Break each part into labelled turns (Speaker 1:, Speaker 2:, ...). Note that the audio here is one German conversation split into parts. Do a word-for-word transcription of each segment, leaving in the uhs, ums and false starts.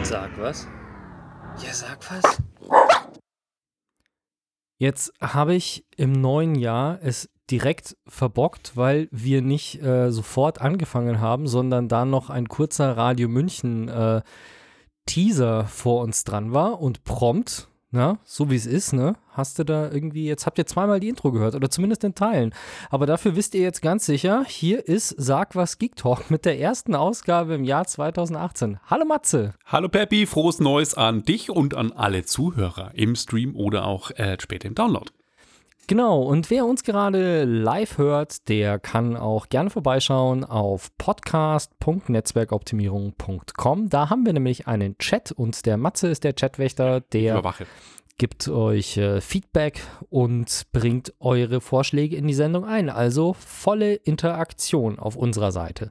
Speaker 1: Sag was. Ja, sag was.
Speaker 2: Jetzt habe ich im neuen Jahr es direkt verbockt, weil wir nicht äh, sofort angefangen haben, sondern da noch ein kurzer Radio München äh, Teaser vor uns dran war und prompt, na, so wie es ist, ne, hast du da irgendwie, jetzt habt ihr zweimal die Intro gehört oder zumindest in Teilen. Aber dafür wisst ihr jetzt ganz sicher, hier ist Sag was Geek Talk mit der ersten Ausgabe im Jahr zweitausendachtzehn. Hallo Matze.
Speaker 3: Hallo Peppi, frohes Neues an dich und an alle Zuhörer im Stream oder auch äh, später im Download.
Speaker 2: Genau, und wer uns gerade live hört, der kann auch gerne vorbeischauen auf podcast punkt netzwerkoptimierung punkt com. Da haben wir nämlich einen Chat und der Matze ist der Chatwächter, der
Speaker 3: Überwache.
Speaker 2: gibt euch äh, Feedback und bringt eure Vorschläge in die Sendung ein. Also volle Interaktion auf unserer Seite.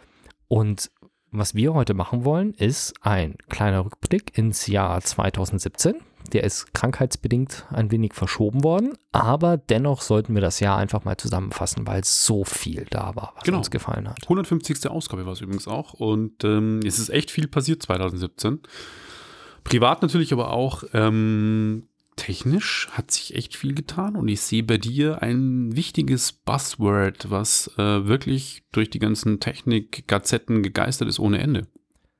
Speaker 2: Und was wir heute machen wollen, ist ein kleiner Rückblick ins Jahr zweitausendsiebzehn. Der ist krankheitsbedingt ein wenig verschoben worden, aber dennoch sollten wir das Jahr einfach mal zusammenfassen, weil so viel da war, was
Speaker 3: Genau.
Speaker 2: uns gefallen hat.
Speaker 3: hundertfünfzigste Ausgabe war es übrigens auch und ähm, es ist echt viel passiert zweitausendsiebzehn. Privat natürlich, aber auch ähm, technisch hat sich echt viel getan und ich sehe bei dir ein wichtiges Buzzword, was äh, wirklich durch die ganzen Technik-Gazetten gegeistert ist ohne Ende.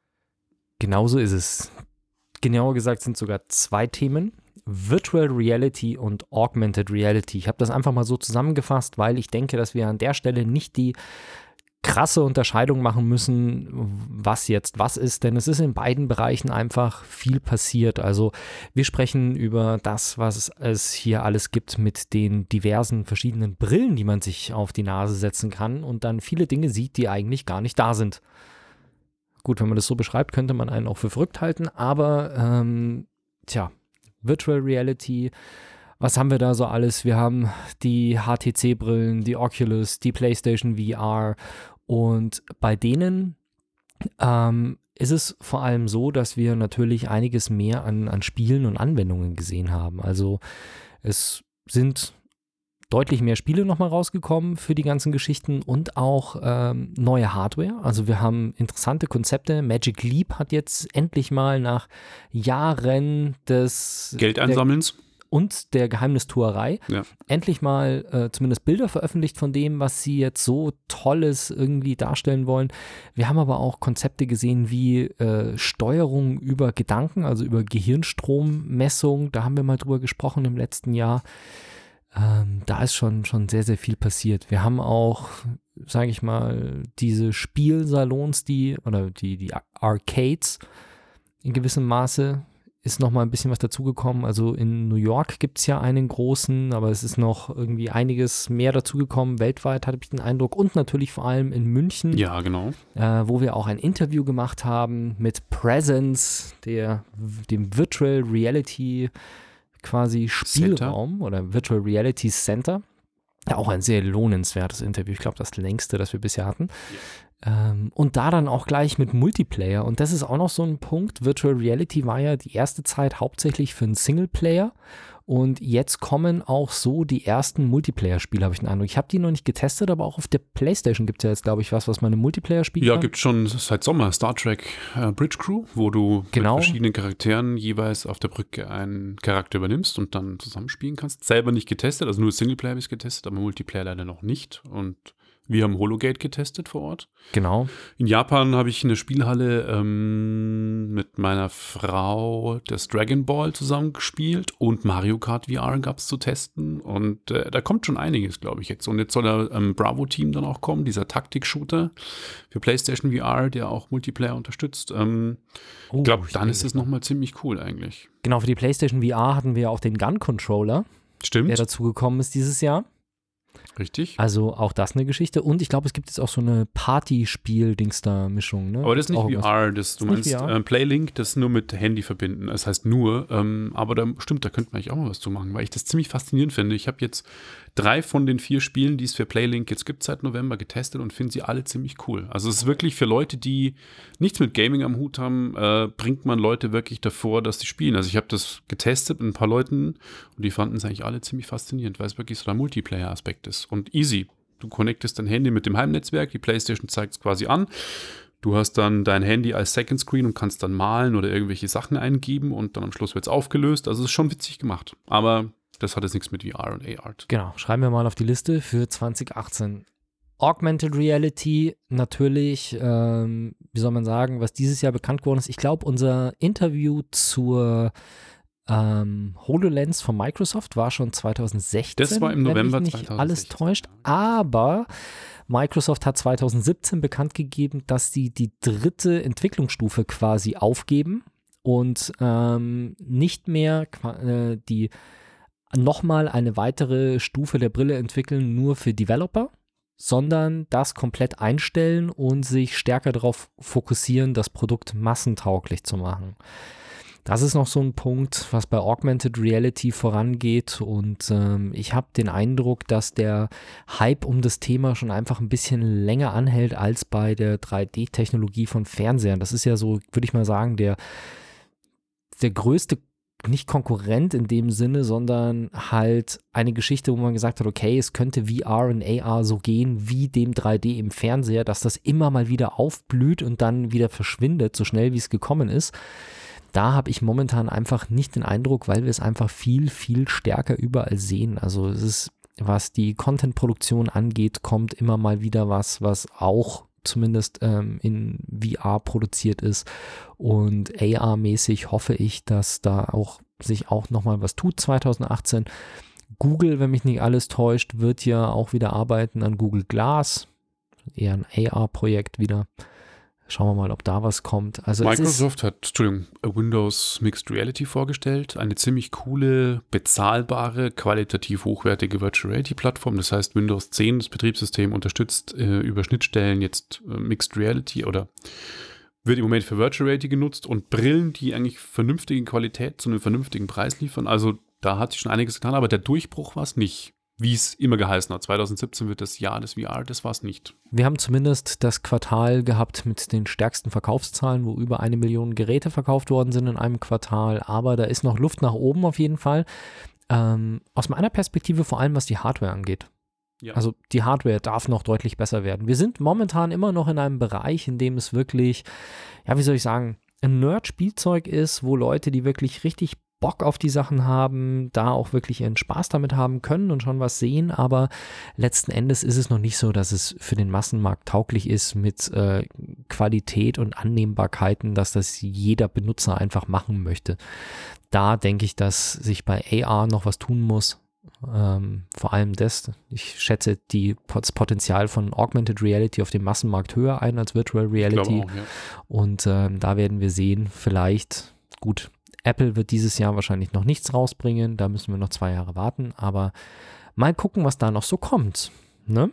Speaker 2: Genauso ist es. Genauer gesagt sind sogar zwei Themen, Virtual Reality und Augmented Reality. Ich habe das einfach mal so zusammengefasst, weil ich denke, dass wir an der Stelle nicht die krasse Unterscheidung machen müssen, was jetzt was ist, denn es ist in beiden Bereichen einfach viel passiert. Also wir sprechen über das, was es hier alles gibt mit den diversen verschiedenen Brillen, die man sich auf die Nase setzen kann und dann viele Dinge sieht, die eigentlich gar nicht da sind. Gut, wenn man das so beschreibt, könnte man einen auch für verrückt halten, aber ähm, tja, Virtual Reality, was haben wir da so alles? Wir haben die H T C-Brillen, die Oculus, die PlayStation V R und bei denen ähm, ist es vor allem so, dass wir natürlich einiges mehr an, an Spielen und Anwendungen gesehen haben. Also es sind deutlich mehr Spiele nochmal rausgekommen für die ganzen Geschichten und auch ähm, neue Hardware. Also wir haben interessante Konzepte. Magic Leap hat jetzt endlich mal nach Jahren des
Speaker 3: Geldeinsammelns
Speaker 2: und der Geheimnistuerei
Speaker 3: ja.
Speaker 2: endlich mal äh, zumindest Bilder veröffentlicht von dem, was sie jetzt so Tolles irgendwie darstellen wollen. Wir haben aber auch Konzepte gesehen wie äh, Steuerung über Gedanken, also über Gehirnstrommessung. Da haben wir mal drüber gesprochen im letzten Jahr. Ähm, da ist schon, schon sehr, sehr viel passiert. Wir haben auch, sage ich mal, diese Spielsalons, die, oder die, die Arcades in gewissem Maße ist noch mal ein bisschen was dazugekommen. Also in New York gibt es ja einen großen, aber es ist noch irgendwie einiges mehr dazugekommen. Weltweit hatte ich den Eindruck und natürlich vor allem in München.
Speaker 3: Ja, genau.
Speaker 2: Äh, wo wir auch ein Interview gemacht haben mit Presence, der, dem Virtual Reality quasi Spielraum Center. Oder Virtual Reality Center. Ja, auch ein sehr lohnenswertes Interview. Ich glaube, das längste, das wir bisher hatten. Ja. Ähm, und da dann auch gleich mit Multiplayer. Und das ist auch noch so ein Punkt. Virtual Reality war ja die erste Zeit hauptsächlich für einen Singleplayer. Und jetzt kommen auch so die ersten Multiplayer-Spiele, habe ich den Eindruck. Ich habe die noch nicht getestet, aber auch auf der PlayStation gibt es ja jetzt, glaube ich, was, was man im Multiplayer spielt.
Speaker 3: Ja, gibt es schon seit Sommer Star Trek äh, Bridge Crew, wo du
Speaker 2: genau.
Speaker 3: mit verschiedenen Charakteren jeweils auf der Brücke einen Charakter übernimmst und dann zusammenspielen kannst. Selber nicht getestet, also nur Singleplayer habe ich getestet, aber Multiplayer leider noch nicht. Und wir haben Hologate getestet vor Ort.
Speaker 2: Genau.
Speaker 3: In Japan habe ich in der Spielhalle ähm, mit meiner Frau das Dragon Ball zusammengespielt und Mario Kart V R gab es zu testen. Und äh, da kommt schon einiges, glaube ich, jetzt. Und jetzt soll der ähm, Bravo-Team dann auch kommen, dieser Taktik-Shooter für PlayStation V R, der auch Multiplayer unterstützt. Ähm, oh, ich glaube, dann ist es nochmal ziemlich cool eigentlich.
Speaker 2: Genau, für die PlayStation V R hatten wir auch den Gun-Controller.
Speaker 3: Stimmt.
Speaker 2: Der dazu gekommen ist dieses Jahr.
Speaker 3: Richtig.
Speaker 2: Also auch das eine Geschichte. Und ich glaube, es gibt jetzt auch so eine Party-Spiel-Dings-da-Mischung. Ne?
Speaker 3: Aber das ist nicht
Speaker 2: auch
Speaker 3: V R, das, du meinst äh, Playlink, das nur mit Handy verbinden. Das heißt nur, ähm, aber da stimmt, da könnte man eigentlich auch mal was zu machen, weil ich das ziemlich faszinierend finde. Ich habe jetzt drei von den vier Spielen, die es für Playlink jetzt gibt seit November, getestet und finde sie alle ziemlich cool. Also es ist wirklich für Leute, die nichts mit Gaming am Hut haben, äh, bringt man Leute wirklich davor, dass sie spielen. Also ich habe das getestet mit ein paar Leuten und die fanden es eigentlich alle ziemlich faszinierend, weil es wirklich so der Multiplayer-Aspekt ist. Und easy. Du connectest dein Handy mit dem Heimnetzwerk, die PlayStation zeigt es quasi an. Du hast dann dein Handy als Second Screen und kannst dann malen oder irgendwelche Sachen eingeben und dann am Schluss wird es aufgelöst. Also es ist schon witzig gemacht. Aber das hat jetzt nichts mit V R und A R.
Speaker 2: Genau, schreiben wir mal auf die Liste für zwanzig achtzehn. Augmented Reality, natürlich, ähm, wie soll man sagen, was dieses Jahr bekannt geworden ist. Ich glaube, unser Interview zur ähm, HoloLens von Microsoft war schon zwanzig sechzehn.
Speaker 3: Das war im November
Speaker 2: wenn mich nicht
Speaker 3: zwanzig sechzehn.
Speaker 2: Alles täuscht, aber Microsoft hat zwanzig siebzehn bekannt gegeben, dass sie die dritte Entwicklungsstufe quasi aufgeben und ähm, nicht mehr äh, die nochmal eine weitere Stufe der Brille entwickeln, nur für Developer, sondern das komplett einstellen und sich stärker darauf fokussieren, das Produkt massentauglich zu machen. Das ist noch so ein Punkt, was bei Augmented Reality vorangeht und ähm, ich habe den Eindruck, dass der Hype um das Thema schon einfach ein bisschen länger anhält als bei der drei D-Technologie von Fernsehern. Das ist ja so, würde ich mal sagen, der, der größte, nicht Konkurrent in dem Sinne, sondern halt eine Geschichte, wo man gesagt hat, okay, es könnte V R und A R so gehen wie dem drei D im Fernseher, dass das immer mal wieder aufblüht und dann wieder verschwindet, so schnell wie es gekommen ist. Da habe ich momentan einfach nicht den Eindruck, weil wir es einfach viel, viel stärker überall sehen. Also es ist, was die Content-Produktion angeht, kommt immer mal wieder was, was auch zumindest ähm, in V R produziert ist. Und A R-mäßig hoffe ich, dass da auch sich auch nochmal was tut zwanzig achtzehn. Google, wenn mich nicht alles täuscht, wird ja auch wieder arbeiten an Google Glass. Eher ein A R-Projekt wieder. Schauen wir mal, ob da was kommt. Also
Speaker 3: Microsoft hat, Entschuldigung, Windows Mixed Reality vorgestellt. Eine ziemlich coole, bezahlbare, qualitativ hochwertige Virtual Reality Plattform. Das heißt, Windows zehn, das Betriebssystem, unterstützt äh, über Schnittstellen jetzt äh, Mixed Reality oder wird im Moment für Virtual Reality genutzt und Brillen, die eigentlich vernünftige Qualität zu einem vernünftigen Preis liefern. Also da hat sich schon einiges getan, aber der Durchbruch war es nicht. Wie es immer geheißen hat. zwanzig siebzehn wird das Jahr des V R, das war es nicht.
Speaker 2: Wir haben zumindest das Quartal gehabt mit den stärksten Verkaufszahlen, wo über eine Million Geräte verkauft worden sind in einem Quartal, aber da ist noch Luft nach oben auf jeden Fall. Ähm, aus meiner Perspektive vor allem, was die Hardware angeht. Ja. Also die Hardware darf noch deutlich besser werden. Wir sind momentan immer noch in einem Bereich, in dem es wirklich, ja, wie soll ich sagen, ein Nerd-Spielzeug ist, wo Leute, die wirklich richtig Bock auf die Sachen haben, da auch wirklich ihren Spaß damit haben können und schon was sehen, aber letzten Endes ist es noch nicht so, dass es für den Massenmarkt tauglich ist mit äh, Qualität und Annehmbarkeiten, dass das jeder Benutzer einfach machen möchte. Da denke ich, dass sich bei A R noch was tun muss. Ähm, vor allem das, ich schätze die, das Potenzial von Augmented Reality auf dem Massenmarkt höher ein als Virtual Reality.
Speaker 3: Ich glaube auch, ja.
Speaker 2: Und ähm, da werden wir sehen, vielleicht, gut, Apple wird dieses Jahr wahrscheinlich noch nichts rausbringen, da müssen wir noch zwei Jahre warten, aber mal gucken, was da noch so kommt, ne?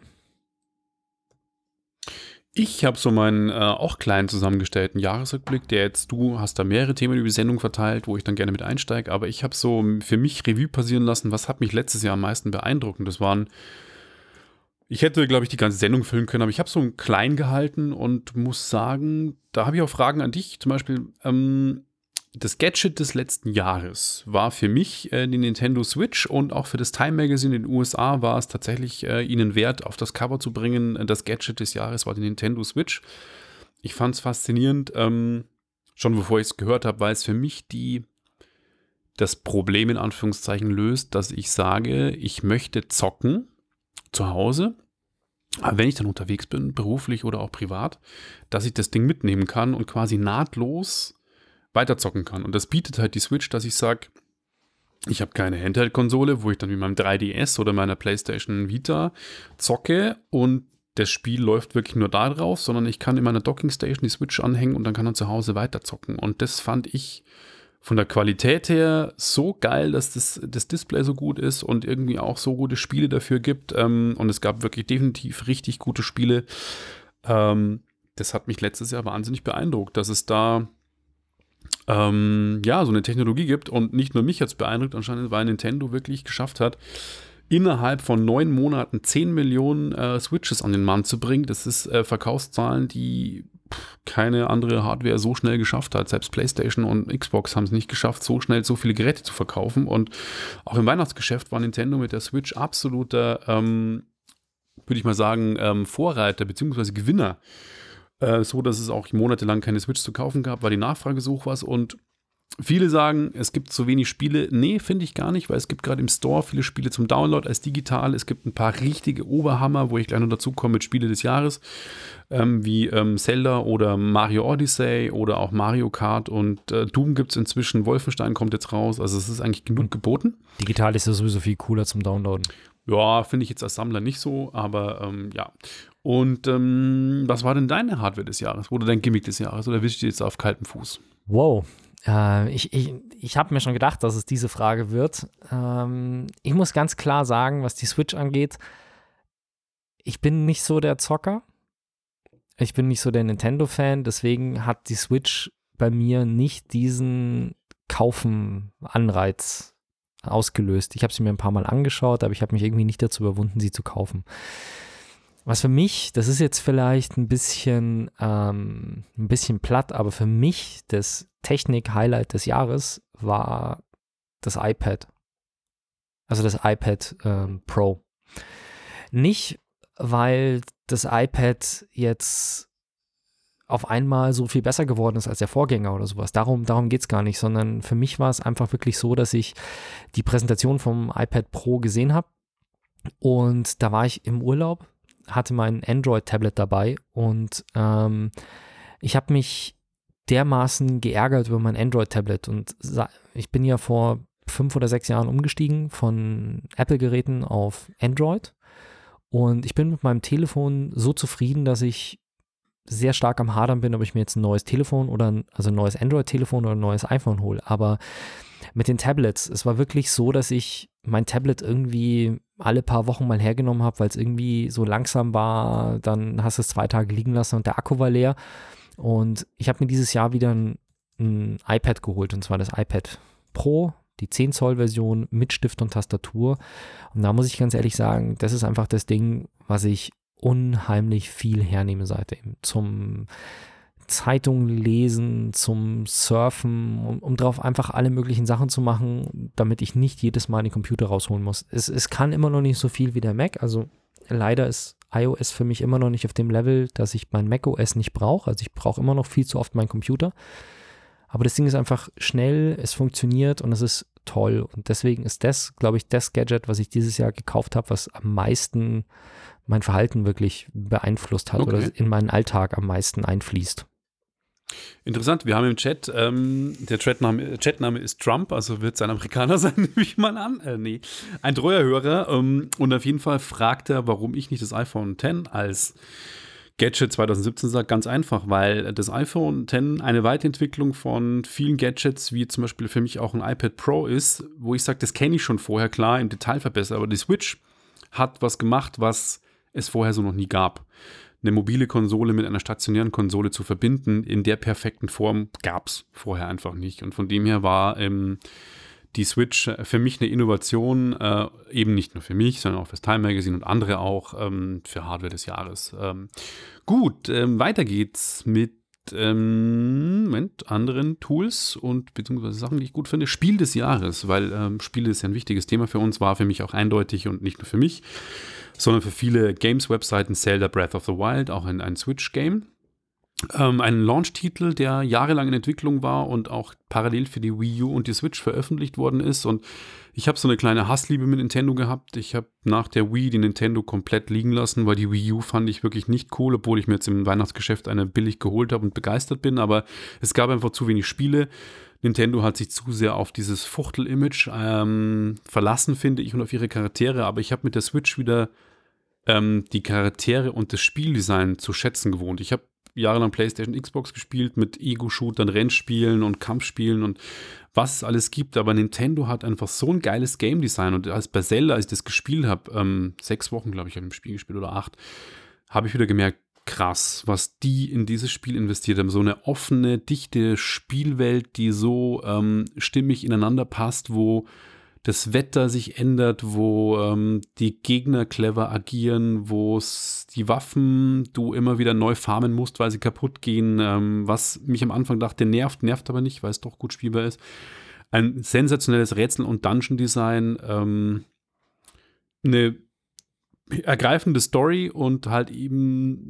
Speaker 3: Ich habe so meinen äh, auch kleinen zusammengestellten Jahresrückblick, der jetzt, du hast da mehrere Themen über die Sendung verteilt, wo ich dann gerne mit einsteige, aber ich habe so für mich Revue passieren lassen, was hat mich letztes Jahr am meisten beeindruckt und das waren, ich hätte, glaube ich, die ganze Sendung füllen können, aber ich habe so einen klein gehalten und muss sagen, da habe ich auch Fragen an dich, zum Beispiel, ähm, das Gadget des letzten Jahres war für mich äh, die Nintendo Switch und auch für das Time Magazine in den U S A war es tatsächlich äh, ihnen wert, auf das Cover zu bringen. Das Gadget des Jahres war die Nintendo Switch. Ich fand es faszinierend, ähm, schon bevor ich es gehört habe, weil es für mich die, das Problem in Anführungszeichen löst, dass ich sage, ich möchte zocken zu Hause, aber wenn ich dann unterwegs bin, beruflich oder auch privat, dass ich das Ding mitnehmen kann und quasi nahtlos weiterzocken kann. Und das bietet halt die Switch, dass ich sage, ich habe keine Handheld-Konsole, wo ich dann mit meinem drei D S oder meiner PlayStation Vita zocke und das Spiel läuft wirklich nur da drauf, sondern ich kann in meiner Dockingstation die Switch anhängen und dann kann man zu Hause weiterzocken. Und das fand ich von der Qualität her so geil, dass das, das Display so gut ist und irgendwie auch so gute Spiele dafür gibt. Und es gab wirklich definitiv richtig gute Spiele. Das hat mich letztes Jahr wahnsinnig beeindruckt, dass es da Ähm, ja, so eine Technologie gibt und nicht nur mich jetzt beeindruckt anscheinend, weil Nintendo wirklich geschafft hat, innerhalb von neun Monaten zehn Millionen äh, Switches an den Mann zu bringen. Das ist äh, Verkaufszahlen, die pff, keine andere Hardware so schnell geschafft hat. Selbst PlayStation und Xbox haben es nicht geschafft, so schnell so viele Geräte zu verkaufen. Und auch im Weihnachtsgeschäft war Nintendo mit der Switch absoluter, ähm, würde ich mal sagen, ähm, Vorreiter bzw. Gewinner. Äh, so, dass es auch monatelang keine Switch zu kaufen gab, weil die Nachfrage so hoch war. Und viele sagen, es gibt zu wenig Spiele. Nee, finde ich gar nicht, weil es gibt gerade im Store viele Spiele zum Download als digital. Es gibt ein paar richtige Oberhammer, wo ich gleich noch dazu komme mit Spiele des Jahres, ähm, wie ähm, Zelda oder Mario Odyssey oder auch Mario Kart. Und äh, Doom gibt es inzwischen, Wolfenstein kommt jetzt raus. Also es ist eigentlich genug geboten.
Speaker 2: Digital ist ja sowieso viel cooler zum Downloaden.
Speaker 3: Ja, finde ich jetzt als Sammler nicht so, aber ähm, ja. Und ähm, was war denn deine Hardware des Jahres oder dein Gimmick des Jahres? Oder wischt ihr jetzt auf kaltem Fuß?
Speaker 2: Wow. Äh, ich ich, ich habe mir schon gedacht, dass es diese Frage wird. Ähm, ich muss ganz klar sagen, was die Switch angeht, ich bin nicht so der Zocker. Ich bin nicht so der Nintendo-Fan. Deswegen hat die Switch bei mir nicht diesen Kaufen-Anreiz ausgelöst. Ich habe sie mir ein paar Mal angeschaut, aber ich habe mich irgendwie nicht dazu überwunden, sie zu kaufen. Was für mich, das ist jetzt vielleicht ein bisschen, ähm, ein bisschen platt, aber für mich das Technik-Highlight des Jahres war das iPad. Also das iPad ähm, Pro. Nicht, weil das iPad jetzt auf einmal so viel besser geworden ist als der Vorgänger oder sowas. Darum, darum geht es gar nicht, sondern für mich war es einfach wirklich so, dass ich die Präsentation vom iPad Pro gesehen habe und da war ich im Urlaub, hatte mein Android-Tablet dabei und ähm, ich habe mich dermaßen geärgert über mein Android-Tablet und ich bin ja vor fünf oder sechs Jahren umgestiegen von Apple-Geräten auf Android und ich bin mit meinem Telefon so zufrieden, dass ich sehr stark am Hadern bin, ob ich mir jetzt ein neues Telefon oder ein, also ein neues Android-Telefon oder ein neues iPhone hole. Aber mit den Tablets, es war wirklich so, dass ich mein Tablet irgendwie alle paar Wochen mal hergenommen habe, weil es irgendwie so langsam war. Dann hast du es zwei Tage liegen lassen und der Akku war leer. Und ich habe mir dieses Jahr wieder ein, ein iPad geholt, und zwar das iPad Pro, die zehn Zoll Version mit Stift und Tastatur. Und da muss ich ganz ehrlich sagen, das ist einfach das Ding, was ich unheimlich viel hernehme seitdem. Zum Zeitungen lesen, zum Surfen, um, um drauf einfach alle möglichen Sachen zu machen, damit ich nicht jedes Mal den Computer rausholen muss. Es, es kann immer noch nicht so viel wie der Mac, also leider ist iOS für mich immer noch nicht auf dem Level, dass ich mein macOS nicht brauche, also ich brauche immer noch viel zu oft meinen Computer, aber das Ding ist einfach schnell, es funktioniert und es ist toll und deswegen ist das, glaube ich, das Gadget, was ich dieses Jahr gekauft habe, was am meisten mein Verhalten wirklich beeinflusst hat, okay, oder in meinen Alltag am meisten einfließt.
Speaker 3: Interessant, wir haben im Chat, ähm, der Chatname, Chatname ist Trump, also wird es ein Amerikaner sein, nehme ich mal an. Äh, nee, ein treuer Hörer. Ähm, und auf jeden Fall fragt er, warum ich nicht das iPhone X als Gadget zwanzig siebzehn sage. Ganz einfach, weil das iPhone X eine Weiterentwicklung von vielen Gadgets, wie zum Beispiel für mich auch ein iPad Pro ist, wo ich sage, das kenne ich schon vorher, klar, im Detail verbessert, aber die Switch hat was gemacht, was es vorher so noch nie gab. Eine mobile Konsole mit einer stationären Konsole zu verbinden, in der perfekten Form gab es vorher einfach nicht. Und von dem her war ähm, die Switch für mich eine Innovation, äh, eben nicht nur für mich, sondern auch fürs Time Magazine und andere auch ähm, für Hardware des Jahres. Ähm, gut, ähm, weiter geht's mit ähm, Moment, anderen Tools und beziehungsweise Sachen, die ich gut finde. Spiel des Jahres, weil ähm, Spiele ist ja ein wichtiges Thema für uns, war für mich auch eindeutig und nicht nur für mich, sondern für viele Games-Webseiten. Zelda Breath of the Wild, auch ein, ein Switch-Game. Ähm, ein Launch-Titel, der jahrelang in Entwicklung war und auch parallel für die Wii U und die Switch veröffentlicht worden ist. Und ich habe so eine kleine Hassliebe mit Nintendo gehabt. Ich habe nach der Wii die Nintendo komplett liegen lassen, weil die Wii U fand ich wirklich nicht cool, obwohl ich mir jetzt im Weihnachtsgeschäft eine billig geholt habe und begeistert bin. Aber es gab einfach zu wenig Spiele. Nintendo hat sich zu sehr auf dieses Fuchtel-Image ähm, verlassen, finde ich, und auf ihre Charaktere. Aber ich habe mit der Switch wieder ähm, die Charaktere und das Spieldesign zu schätzen gewohnt. Ich habe jahrelang PlayStation, Xbox gespielt mit Ego-Shootern, Rennspielen und Kampfspielen und was es alles gibt. Aber Nintendo hat einfach so ein geiles Game-Design. Und als bei Zelda, als ich das gespielt habe, ähm, sechs Wochen, glaube ich, habe ich im Spiel gespielt oder acht, habe ich wieder gemerkt, krass, was die in dieses Spiel investiert haben. So eine offene, dichte Spielwelt, die so ähm, stimmig ineinander passt, wo das Wetter sich ändert, wo ähm, die Gegner clever agieren, wo die Waffen du immer wieder neu farmen musst, weil sie kaputt gehen. Ähm, was mich am Anfang dachte, nervt, nervt aber nicht, weil es doch gut spielbar ist. Ein sensationelles Rätsel- und Dungeon-Design. Ähm, eine ergreifende Story und halt eben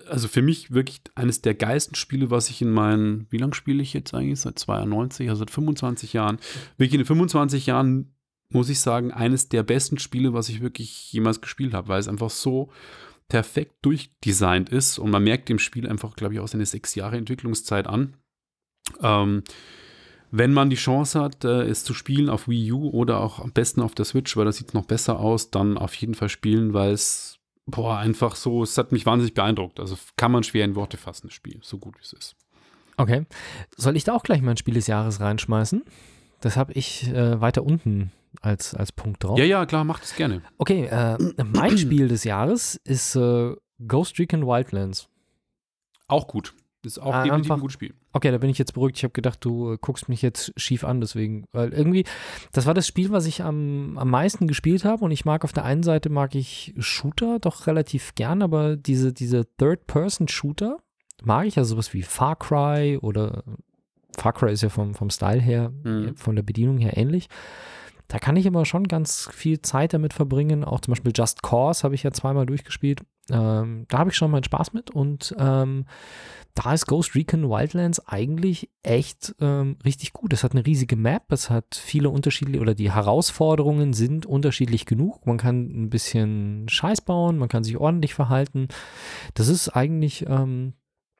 Speaker 3: also für mich wirklich eines der geilsten Spiele, was ich in meinen, wie lange spiele ich jetzt eigentlich? Seit zweiundneunzig, also seit fünfundzwanzig Jahren. Wirklich in den fünfundzwanzig Jahren, muss ich sagen, eines der besten Spiele, was ich wirklich jemals gespielt habe, weil es einfach so perfekt durchdesignt ist und man merkt dem Spiel einfach, glaube ich, auch seine sechs Jahre Entwicklungszeit an. Ähm, wenn man die Chance hat, äh, es zu spielen auf Wii U oder auch am besten auf der Switch, weil das sieht noch besser aus, dann auf jeden Fall spielen, weil es, boah, einfach so, es hat mich wahnsinnig beeindruckt. Also kann man schwer in Worte fassen, das Spiel, so gut wie es ist.
Speaker 2: Okay. Soll ich da auch gleich mal ein Spiel des Jahres reinschmeißen? Das habe ich äh, weiter unten als, als Punkt drauf.
Speaker 3: Ja, ja, klar, mach das gerne.
Speaker 2: Okay, äh, mein Spiel des Jahres ist äh, Ghost Recon Wildlands.
Speaker 3: Auch gut. Das ist auch
Speaker 2: Ah,
Speaker 3: definitiv
Speaker 2: einfach,
Speaker 3: ein gutes Spiel.
Speaker 2: Okay, da bin ich jetzt beruhigt. Ich habe gedacht, du äh, guckst mich jetzt schief an, deswegen, weil irgendwie, das war das Spiel, was ich am, am meisten gespielt habe und ich mag auf der einen Seite, mag ich Shooter doch relativ gern, aber diese, diese Third-Person-Shooter mag ich, also sowas wie Far Cry oder Far Cry ist ja vom, vom Style her,
Speaker 3: Mhm.
Speaker 2: von der Bedienung her ähnlich. Da kann ich immer schon ganz viel Zeit damit verbringen. Auch zum Beispiel Just Cause habe ich ja zweimal durchgespielt. Ähm, da habe ich schon meinen Spaß mit. Und ähm, da ist Ghost Recon Wildlands eigentlich echt ähm, richtig gut. Es hat eine riesige Map. Es hat viele unterschiedliche, oder die Herausforderungen sind unterschiedlich genug. Man kann ein bisschen Scheiß bauen, man kann sich ordentlich verhalten. Das ist eigentlich ähm,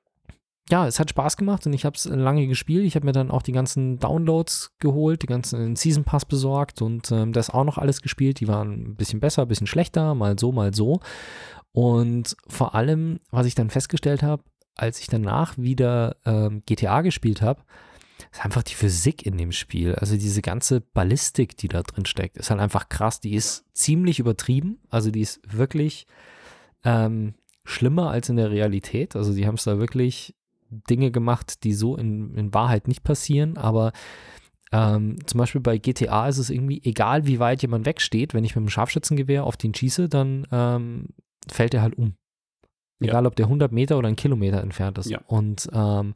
Speaker 2: ja, es hat Spaß gemacht und ich habe es lange gespielt. Ich habe mir dann auch die ganzen Downloads geholt, die ganzen Season Pass besorgt und ähm, das auch noch alles gespielt. Die waren ein bisschen besser, ein bisschen schlechter, mal so, mal so. Und vor allem, was ich dann festgestellt habe, als ich danach wieder ähm, G T A gespielt habe, ist einfach die Physik in dem Spiel. Also diese ganze Ballistik, die da drin steckt, ist halt einfach krass. Die ist ziemlich übertrieben. Also die ist wirklich ähm, schlimmer als in der Realität. Also die haben es da wirklich Dinge gemacht, die so in, in Wahrheit nicht passieren, aber ähm, zum Beispiel bei G T A ist es irgendwie egal, wie weit jemand wegsteht, wenn ich mit dem Scharfschützengewehr auf den schieße, dann ähm, fällt er halt um. Egal, ja. ob der hundert Meter oder einen Kilometer entfernt ist.
Speaker 3: Ja.
Speaker 2: Und ähm,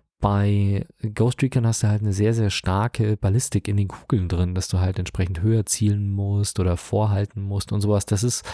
Speaker 2: bei Ghost Recon hast du halt eine sehr, sehr starke Ballistik in den Kugeln drin, dass du halt entsprechend höher zielen musst oder vorhalten musst und sowas. Das ist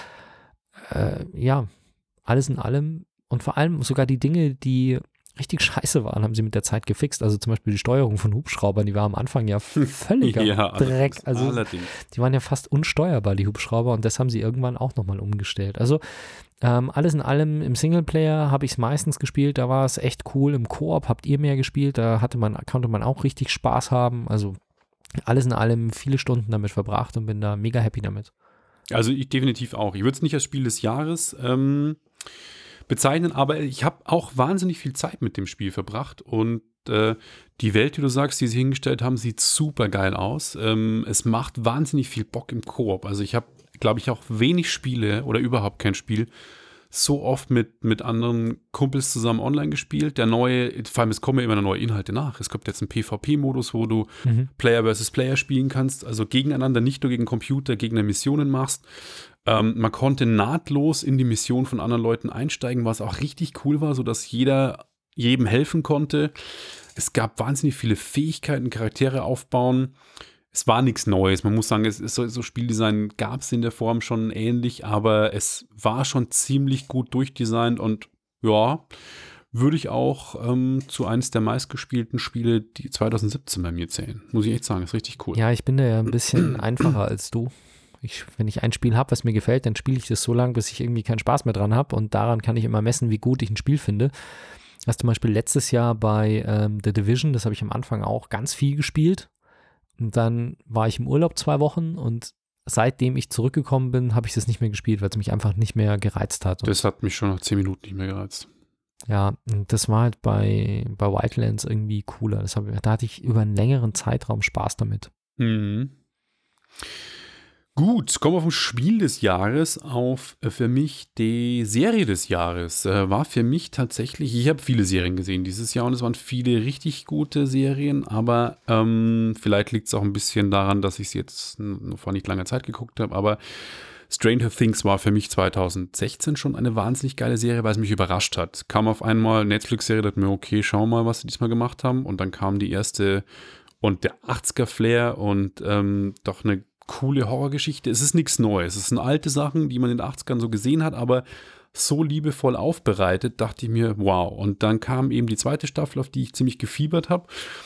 Speaker 2: äh, ja alles in allem und vor allem sogar die Dinge, die richtig scheiße waren, haben sie mit der Zeit gefixt. Also zum Beispiel die Steuerung von Hubschraubern, die war am Anfang ja völliger
Speaker 3: ja,
Speaker 2: Dreck. Also
Speaker 3: allerdings.
Speaker 2: Die waren ja fast unsteuerbar, die Hubschrauber, und das haben sie irgendwann auch nochmal umgestellt. Also ähm, alles in allem im Singleplayer habe ich es meistens gespielt, da war es echt cool. Im Koop habt ihr mehr gespielt, da hatte man, konnte man auch richtig Spaß haben. Also alles in allem viele Stunden damit verbracht und bin da mega happy damit.
Speaker 3: Also ich definitiv auch. Ich würde es nicht als Spiel des Jahres ähm, bezeichnen, aber ich habe auch wahnsinnig viel Zeit mit dem Spiel verbracht und äh, die Welt, wie du sagst, die sie hingestellt haben, sieht super geil aus. Ähm, es macht wahnsinnig viel Bock im Koop. Also ich habe, glaube ich, auch wenig Spiele oder überhaupt kein Spiel so oft mit, mit anderen Kumpels zusammen online gespielt. Der neue, vor allem es kommen ja immer neue Inhalte nach. Es gibt jetzt einen PvP-Modus, wo du mhm. Player versus Player spielen kannst, also gegeneinander, nicht nur gegen Computer, Gegner Missionen machst. Ähm, man konnte nahtlos in die Mission von anderen Leuten einsteigen, was auch richtig cool war, sodass jeder jedem helfen konnte. Es gab wahnsinnig viele Fähigkeiten, Charaktere aufbauen. Es war nichts Neues. Man muss sagen, es ist so, so Spieldesign gab es in der Form schon ähnlich, aber es war schon ziemlich gut durchdesignt und ja, würde ich auch ähm, zu eines der meistgespielten Spiele, die zwanzig siebzehn bei mir zählen. Muss ich echt sagen, ist richtig cool.
Speaker 2: Ja, ich bin da ja ein bisschen einfacher als du. Ich, wenn ich ein Spiel habe, was mir gefällt, dann spiele ich das so lange, bis ich irgendwie keinen Spaß mehr dran habe und daran kann ich immer messen, wie gut ich ein Spiel finde. Das zum Beispiel letztes Jahr bei ähm, The Division, das habe ich am Anfang auch ganz viel gespielt. Und dann war ich im Urlaub zwei Wochen und seitdem ich zurückgekommen bin, habe ich das nicht mehr gespielt, weil es mich einfach nicht mehr gereizt hat. Und
Speaker 3: das hat mich schon nach zehn Minuten nicht mehr gereizt.
Speaker 2: Ja, das war halt bei, bei Wildlands irgendwie cooler. Das hab, da hatte ich über einen längeren Zeitraum Spaß damit.
Speaker 3: Mhm. Gut, kommen wir vom Spiel des Jahres auf äh, für mich die Serie des Jahres. Äh, war für mich tatsächlich, ich habe viele Serien gesehen dieses Jahr und es waren viele richtig gute Serien, aber ähm, vielleicht liegt es auch ein bisschen daran, dass ich es jetzt n- vor nicht langer Zeit geguckt habe, aber Stranger Things war für mich zwanzig sechzehn schon eine wahnsinnig geile Serie, weil es mich überrascht hat. Kam auf einmal Netflix-Serie, dachte mir, okay, schau mal, was sie diesmal gemacht haben und dann kam die erste und der achtziger-Flair und ähm, doch eine coole Horrorgeschichte. Es ist nichts Neues. Es sind alte Sachen, die man in den achtzigern so gesehen hat, aber so liebevoll aufbereitet, dachte ich mir, wow. Und dann kam eben die zweite Staffel, auf die ich ziemlich gefiebert habe.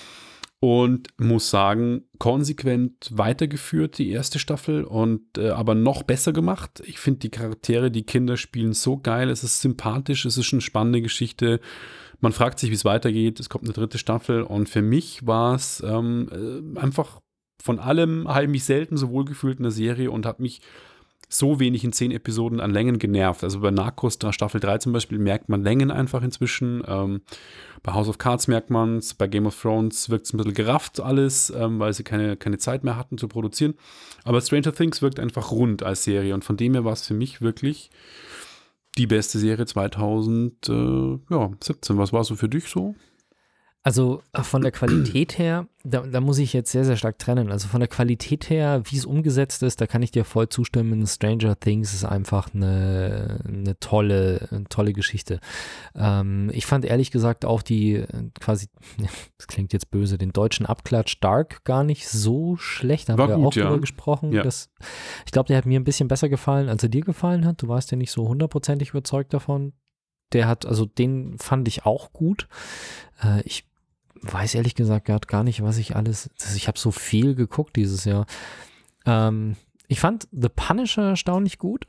Speaker 3: Und muss sagen, konsequent weitergeführt, die erste Staffel, und äh, aber noch besser gemacht. Ich finde die Charaktere, die Kinder spielen, so geil. Es ist sympathisch, es ist eine spannende Geschichte. Man fragt sich, wie es weitergeht. Es kommt eine dritte Staffel. Und für mich war es ähm, äh, einfach von allem, habe ich mich selten so wohl gefühlt in der Serie und habe mich so wenig in zehn Episoden an Längen genervt. Also bei Narcos Staffel drei zum Beispiel merkt man Längen einfach inzwischen. Ähm, bei House of Cards merkt man es. Bei Game of Thrones wirkt es ein bisschen gerafft alles, ähm, weil sie keine, keine Zeit mehr hatten zu produzieren. Aber Stranger Things wirkt einfach rund als Serie. Und von dem her war es für mich wirklich die beste Serie zweitausendsiebzehn. Was war so für dich so?
Speaker 2: Also von der Qualität her, da, da muss ich jetzt sehr, sehr stark trennen. Also von der Qualität her, wie es umgesetzt ist, da kann ich dir voll zustimmen. Stranger Things ist einfach eine, eine tolle, eine tolle Geschichte. Ähm, ich fand ehrlich gesagt auch die quasi, das klingt jetzt böse, den deutschen Abklatsch Dark gar nicht so schlecht. Da haben
Speaker 3: War
Speaker 2: wir
Speaker 3: gut,
Speaker 2: auch
Speaker 3: ja.
Speaker 2: drüber gesprochen.
Speaker 3: Ja.
Speaker 2: Dass, ich glaube, der hat mir ein bisschen besser gefallen, als er dir gefallen hat. Du warst ja nicht so hundertprozentig überzeugt davon. Der hat, also den fand ich auch gut. Äh, ich weiß ehrlich gesagt gar nicht, was ich alles, ich habe so viel geguckt dieses Jahr. Ähm, ich fand The Punisher erstaunlich gut.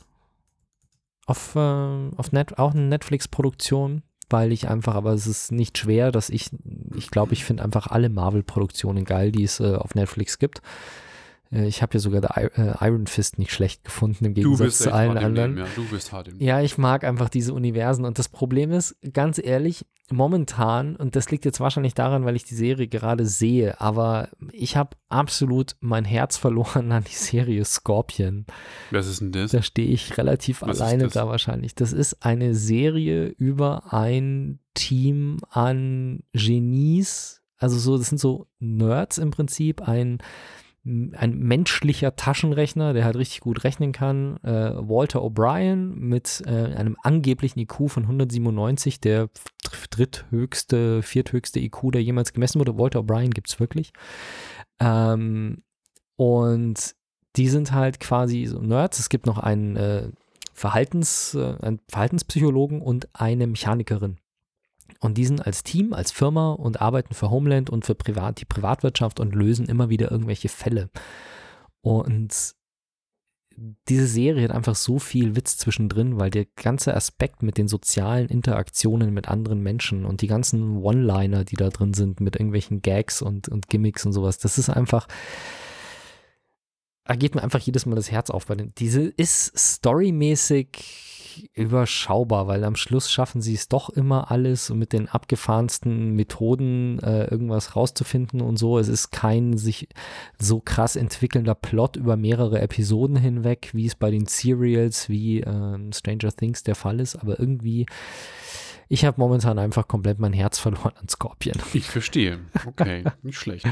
Speaker 2: Auf, äh, auf Net, auch eine Netflix-Produktion, weil ich einfach, aber es ist nicht schwer, dass ich, ich glaube, ich finde einfach alle Marvel-Produktionen geil, die es äh, auf Netflix gibt. Äh, ich habe ja sogar der I- äh, Iron Fist nicht schlecht gefunden, im Gegensatz
Speaker 3: Du bist
Speaker 2: zu
Speaker 3: echt
Speaker 2: allen
Speaker 3: hart im
Speaker 2: anderen.
Speaker 3: Leben, ja. Du bist hart im Leben.
Speaker 2: Ja, ich mag einfach diese Universen und das Problem ist, ganz ehrlich, momentan, und das liegt jetzt wahrscheinlich daran, weil ich die Serie gerade sehe, aber ich habe absolut mein Herz verloren an die Serie Scorpion.
Speaker 3: Was ist denn das?
Speaker 2: Da stehe ich relativ
Speaker 3: Was ist
Speaker 2: alleine
Speaker 3: das?
Speaker 2: da wahrscheinlich. Das ist eine Serie über ein Team an Genies, also so, das sind so Nerds im Prinzip, ein ein menschlicher Taschenrechner, der halt richtig gut rechnen kann. Äh, Walter O'Brien mit äh, einem angeblichen I Q von hundertsiebenundneunzig, der dritthöchste, vierthöchste I Q, der jemals gemessen wurde. Walter O'Brien gibt es wirklich. Ähm, und die sind halt quasi so Nerds. Es gibt noch einen, äh, Verhaltens, äh, einen Verhaltenspsychologen und eine Mechanikerin. Und die sind als Team, als Firma und arbeiten für Homeland und für Privat, die Privatwirtschaft und lösen immer wieder irgendwelche Fälle. Und diese Serie hat einfach so viel Witz zwischendrin, weil der ganze Aspekt mit den sozialen Interaktionen mit anderen Menschen und die ganzen One-Liner, die da drin sind, mit irgendwelchen Gags und, und Gimmicks und sowas, das ist einfach, da geht mir einfach jedes Mal das Herz auf. Bei den, diese ist storymäßig überschaubar, weil am Schluss schaffen sie es doch immer alles und mit den abgefahrensten Methoden äh, irgendwas rauszufinden und so. Es ist kein sich so krass entwickelnder Plot über mehrere Episoden hinweg, wie es bei den Serials wie äh, Stranger Things der Fall ist, aber irgendwie, ich habe momentan einfach komplett mein Herz verloren an Scorpion.
Speaker 3: Ich verstehe. Okay, nicht schlecht.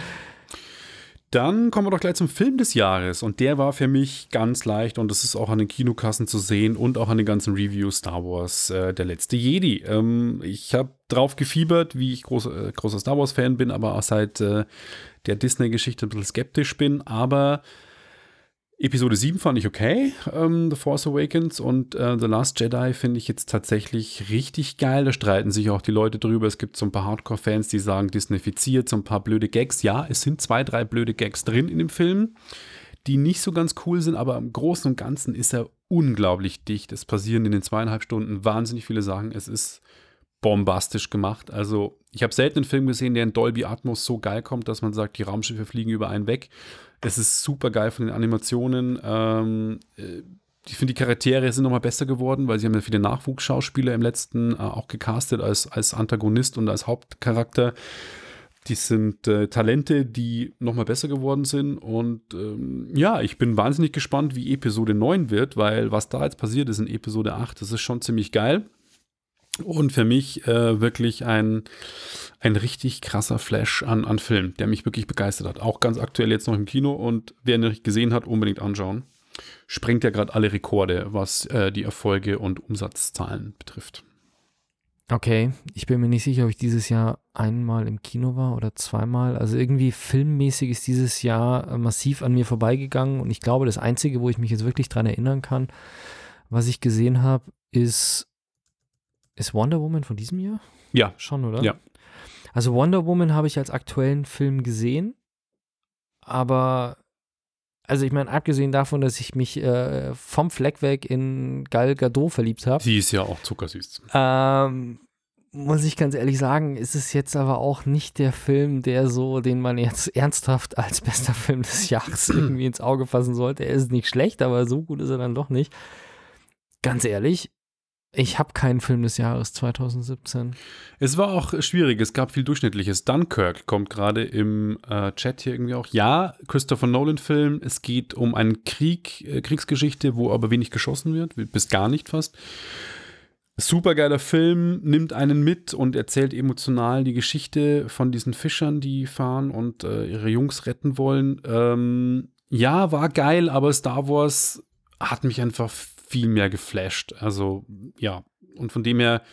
Speaker 3: Dann kommen wir doch gleich zum Film des Jahres und der war für mich ganz leicht und das ist auch an den Kinokassen zu sehen und auch an den ganzen Reviews Star Wars, äh, der letzte Jedi. Ähm, ich habe drauf gefiebert, wie ich groß, äh, großer Star Wars Fan bin, aber auch seit äh, der Disney-Geschichte ein bisschen skeptisch bin, aber Episode sieben fand ich okay, ähm, The Force Awakens, und äh, The Last Jedi finde ich jetzt tatsächlich richtig geil. Da streiten sich auch die Leute drüber. Es gibt so ein paar Hardcore-Fans, die sagen, Disneyfiziert, so ein paar blöde Gags. Ja, es sind zwei, drei blöde Gags drin in dem Film, die nicht so ganz cool sind, aber im Großen und Ganzen ist er unglaublich dicht. Es passieren in den zweieinhalb Stunden wahnsinnig viele Sachen. Es ist bombastisch gemacht. Also ich habe selten einen Film gesehen, der in Dolby Atmos so geil kommt, dass man sagt, die Raumschiffe fliegen über einen weg. Es ist super geil von den Animationen. Ähm, ich finde, die Charaktere sind nochmal besser geworden, weil sie haben ja viele Nachwuchsschauspieler im letzten äh, auch gecastet als, als Antagonist und als Hauptcharakter. Die sind äh, Talente, die nochmal besser geworden sind. Und ähm, ja, ich bin wahnsinnig gespannt, wie Episode neun wird, weil was da jetzt passiert ist in Episode acht, das ist schon ziemlich geil. Und für mich äh, wirklich ein, ein richtig krasser Flash an, an Film, der mich wirklich begeistert hat. Auch ganz aktuell jetzt noch im Kino und wer ihn nicht gesehen hat, unbedingt anschauen. Sprengt ja gerade alle Rekorde, was äh, die Erfolge und Umsatzzahlen betrifft.
Speaker 2: Okay, ich bin mir nicht sicher, ob ich dieses Jahr einmal im Kino war oder zweimal. Also irgendwie filmmäßig ist dieses Jahr massiv an mir vorbeigegangen und ich glaube, das Einzige, wo ich mich jetzt wirklich dran erinnern kann, was ich gesehen habe, ist Ist Wonder Woman von diesem Jahr?
Speaker 3: Ja.
Speaker 2: Schon, oder?
Speaker 3: Ja.
Speaker 2: Also Wonder Woman habe ich als aktuellen Film gesehen, aber also ich meine, abgesehen davon, dass ich mich äh, vom Fleck weg in Gal Gadot verliebt habe.
Speaker 3: Sie ist ja auch zuckersüß.
Speaker 2: Ähm, muss ich ganz ehrlich sagen, ist es jetzt aber auch nicht der Film, der so, den man jetzt ernsthaft als bester Film des Jahres irgendwie ins Auge fassen sollte. Er ist nicht schlecht, aber so gut ist er dann doch nicht. Ganz ehrlich, ich habe keinen Film des Jahres zwanzig siebzehn.
Speaker 3: Es war auch schwierig, es gab viel Durchschnittliches. Dunkirk kommt gerade im äh, Chat hier irgendwie auch. Ja, Christopher Nolan-Film, es geht um einen Krieg, äh, Kriegsgeschichte, wo aber wenig geschossen wird, bis gar nicht fast. Supergeiler Film, nimmt einen mit und erzählt emotional die Geschichte von diesen Fischern, die fahren und äh, ihre Jungs retten wollen. Ähm, ja, war geil, aber Star Wars hat mich einfach viel mehr geflasht. Also, ja. Und von dem her,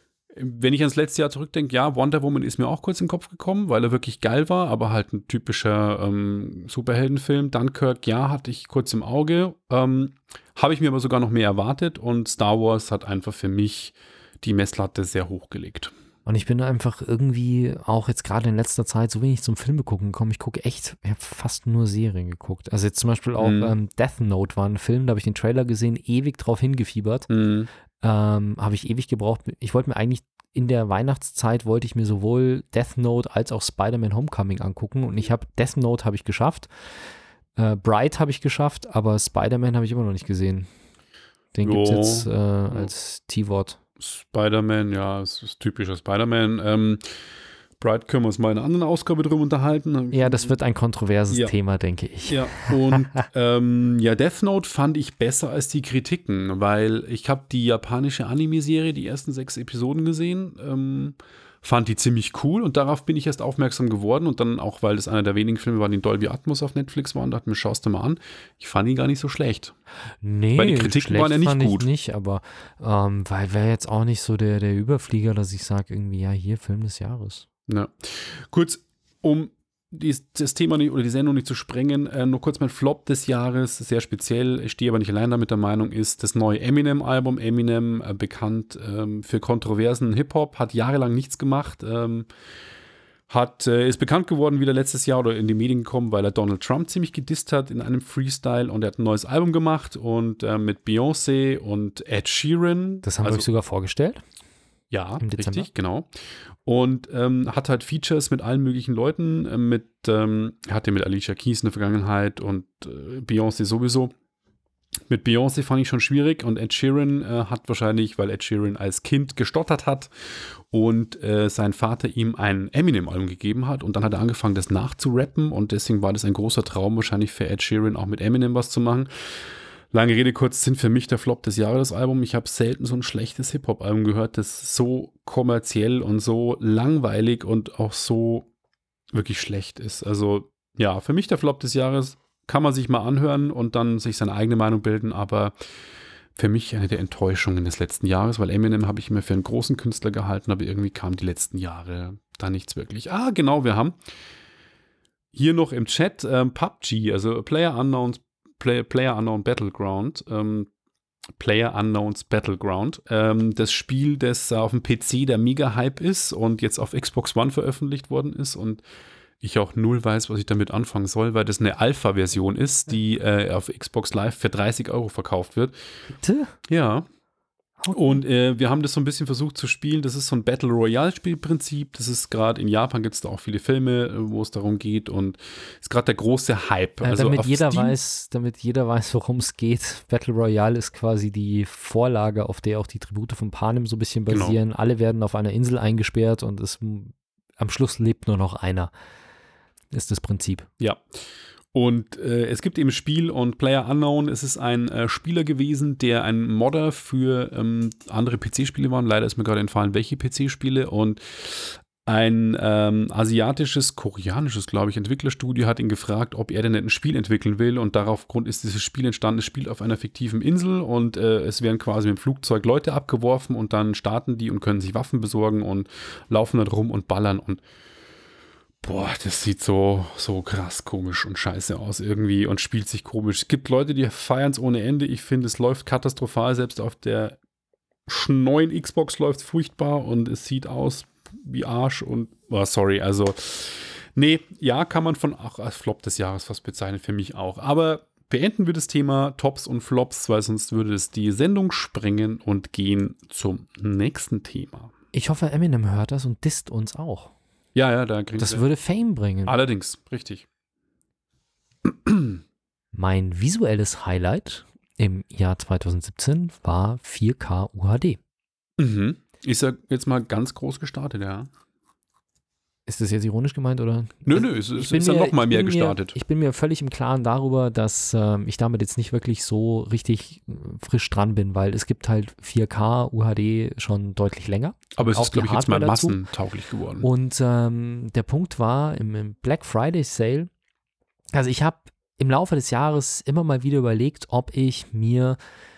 Speaker 3: wenn ich ans letzte Jahr zurückdenke, ja, Wonder Woman ist mir auch kurz in den Kopf gekommen, weil er wirklich geil war, aber halt ein typischer ähm, Superheldenfilm. Dunkirk, ja, hatte ich kurz im Auge. Ähm, habe ich mir aber sogar noch mehr erwartet und Star Wars hat einfach für mich die Messlatte sehr hochgelegt.
Speaker 2: Und ich bin einfach irgendwie auch jetzt gerade in letzter Zeit so wenig zum Filme gucken gekommen. Ich gucke echt, ich habe fast nur Serien geguckt. Also jetzt zum Beispiel auch mhm. ähm, Death Note war ein Film, da habe ich den Trailer gesehen, ewig drauf hingefiebert. Mhm. Ähm, habe ich ewig gebraucht. Ich wollte mir eigentlich in der Weihnachtszeit, wollte ich mir sowohl Death Note als auch Spider-Man Homecoming angucken und ich habe, Death Note habe ich geschafft, äh, Bright habe ich geschafft, aber Spider-Man habe ich immer noch nicht gesehen. Den gibt es jetzt äh, als T-Wort.
Speaker 3: Spider-Man, ja, es ist typischer Spider-Man. Ähm, Bright können wir uns mal in einer anderen Ausgabe drüber unterhalten.
Speaker 2: Ja, das wird ein kontroverses
Speaker 3: ja.
Speaker 2: Thema, denke ich.
Speaker 3: Ja, und ähm, ja, Death Note fand ich besser als die Kritiken, weil ich habe die japanische Anime-Serie, die ersten sechs Episoden gesehen, ähm, fand die ziemlich cool und darauf bin ich erst aufmerksam geworden und dann auch, weil das einer der wenigen Filme war, die in Dolby Atmos auf Netflix waren, dachte mir, schaust du mal an. Ich fand ihn gar nicht so schlecht.
Speaker 2: Nee,
Speaker 3: weil die Kritiken waren ja nicht
Speaker 2: fand
Speaker 3: gut.
Speaker 2: Ich nicht, aber ähm, weil wäre jetzt auch nicht so der, der Überflieger, dass ich sage irgendwie, ja, hier Film des Jahres.
Speaker 3: Ja. Kurz, um die, das Thema nicht, oder die Sendung nicht zu sprengen, äh, nur kurz mein Flop des Jahres, sehr speziell, ich stehe aber nicht allein damit der Meinung, ist das neue Eminem-Album. Eminem, äh, bekannt ähm, für kontroversen Hip-Hop, hat jahrelang nichts gemacht, ähm, hat, äh, ist bekannt geworden wieder letztes Jahr oder in die Medien gekommen, weil er Donald Trump ziemlich gedisst hat in einem Freestyle und er hat ein neues Album gemacht und äh, mit Beyoncé und Ed Sheeran.
Speaker 2: Das haben
Speaker 3: also,
Speaker 2: wir euch sogar vorgestellt.
Speaker 3: Ja, richtig, genau. Und ähm, hat halt Features mit allen möglichen Leuten, äh, mit, ähm, hatte mit Alicia Keys in der Vergangenheit und äh, Beyoncé sowieso. Mit Beyoncé fand ich schon schwierig und Ed Sheeran äh, hat wahrscheinlich, weil Ed Sheeran als Kind gestottert hat und äh, sein Vater ihm ein Eminem-Album gegeben hat und dann hat er angefangen, das nachzurappen und deswegen war das ein großer Traum wahrscheinlich für Ed Sheeran auch mit Eminem was zu machen. Lange Rede, kurz Sinn, für mich der Flop des Jahres, das Album. Ich habe selten so ein schlechtes Hip-Hop-Album gehört, das so kommerziell und so langweilig und auch so wirklich schlecht ist. Also ja, für mich der Flop des Jahres, kann man sich mal anhören und dann sich seine eigene Meinung bilden, aber für mich eine der Enttäuschungen des letzten Jahres, weil Eminem habe ich immer für einen großen Künstler gehalten, aber irgendwie kam die letzten Jahre da nichts wirklich. Ah, genau, wir haben hier noch im Chat ähm, P U B G, also Player Unknowns Play, Player Unknown Battleground, ähm, Player Unknowns Battleground, ähm, das Spiel, das auf dem P C der Mega-Hype ist und jetzt auf Xbox One veröffentlicht worden ist und ich auch null weiß, was ich damit anfangen soll, weil das eine Alpha-Version ist, die äh, auf Xbox Live für dreißig Euro verkauft wird.
Speaker 2: Bitte?
Speaker 3: Ja. Und äh, wir haben das so ein bisschen versucht zu spielen. Das ist so ein Battle Royale-Spielprinzip. Das ist gerade in Japan, gibt es da auch viele Filme, wo es darum geht. Und ist gerade der große Hype.
Speaker 2: Ja,
Speaker 3: also
Speaker 2: damit,
Speaker 3: auf
Speaker 2: jeder
Speaker 3: Steam,
Speaker 2: weiß, damit jeder weiß, worum es geht. Battle Royale ist quasi die Vorlage, auf der auch die Tribute von Panem so ein bisschen basieren. Genau. Alle werden auf einer Insel eingesperrt und es, am Schluss lebt nur noch einer. Ist das Prinzip.
Speaker 3: Ja. Und äh, es gibt eben Spiel und Player Unknown. Es ist ein äh, Spieler gewesen, der ein Modder für ähm, andere P C-Spiele war. Leider ist mir gerade entfallen, welche P C-Spiele. Und ein ähm, asiatisches, koreanisches, glaube ich, Entwicklerstudio hat ihn gefragt, ob er denn ein Spiel entwickeln will. Und darauf Grund ist dieses Spiel entstanden. Es spielt auf einer fiktiven Insel und äh, es werden quasi mit dem Flugzeug Leute abgeworfen und dann starten die und können sich Waffen besorgen und laufen dann rum und ballern und boah, das sieht so, so krass komisch und scheiße aus irgendwie und spielt sich komisch. Es gibt Leute, die feiern es ohne Ende. Ich finde, es läuft katastrophal, selbst auf der neuen Xbox läuft furchtbar und es sieht aus wie Arsch und, oh, sorry, also, nee, ja, kann man von, ach, als Flop des Jahres fast bezeichnen, für mich auch. Aber beenden wir das Thema Tops und Flops, weil sonst würde es die Sendung sprengen und gehen zum nächsten Thema.
Speaker 2: Ich hoffe, Eminem hört das und disst uns auch.
Speaker 3: Ja, ja, da kriegen
Speaker 2: Das
Speaker 3: wir.
Speaker 2: würde Fame bringen.
Speaker 3: Allerdings, richtig.
Speaker 2: Mein visuelles Highlight im Jahr zwanzig siebzehn war vier K U H D.
Speaker 3: Mhm. Ist ja jetzt mal ganz groß gestartet, ja.
Speaker 2: Ist das jetzt ironisch gemeint, oder?
Speaker 3: Nö,
Speaker 2: also,
Speaker 3: nö, es ist,
Speaker 2: bin
Speaker 3: ist ja
Speaker 2: mir,
Speaker 3: noch mal mehr
Speaker 2: mir,
Speaker 3: gestartet.
Speaker 2: Ich bin mir völlig im Klaren darüber, dass äh, ich damit jetzt nicht wirklich so richtig äh, frisch dran bin, weil es gibt halt vier K U H D schon deutlich länger.
Speaker 3: Aber es
Speaker 2: Auch
Speaker 3: ist, glaube
Speaker 2: die
Speaker 3: ich, jetzt mal
Speaker 2: Hardware dazu.
Speaker 3: massentauglich geworden.
Speaker 2: Und ähm, der Punkt war im, im Black Friday Sale, also ich habe im Laufe des Jahres immer mal wieder überlegt, ob ich mir,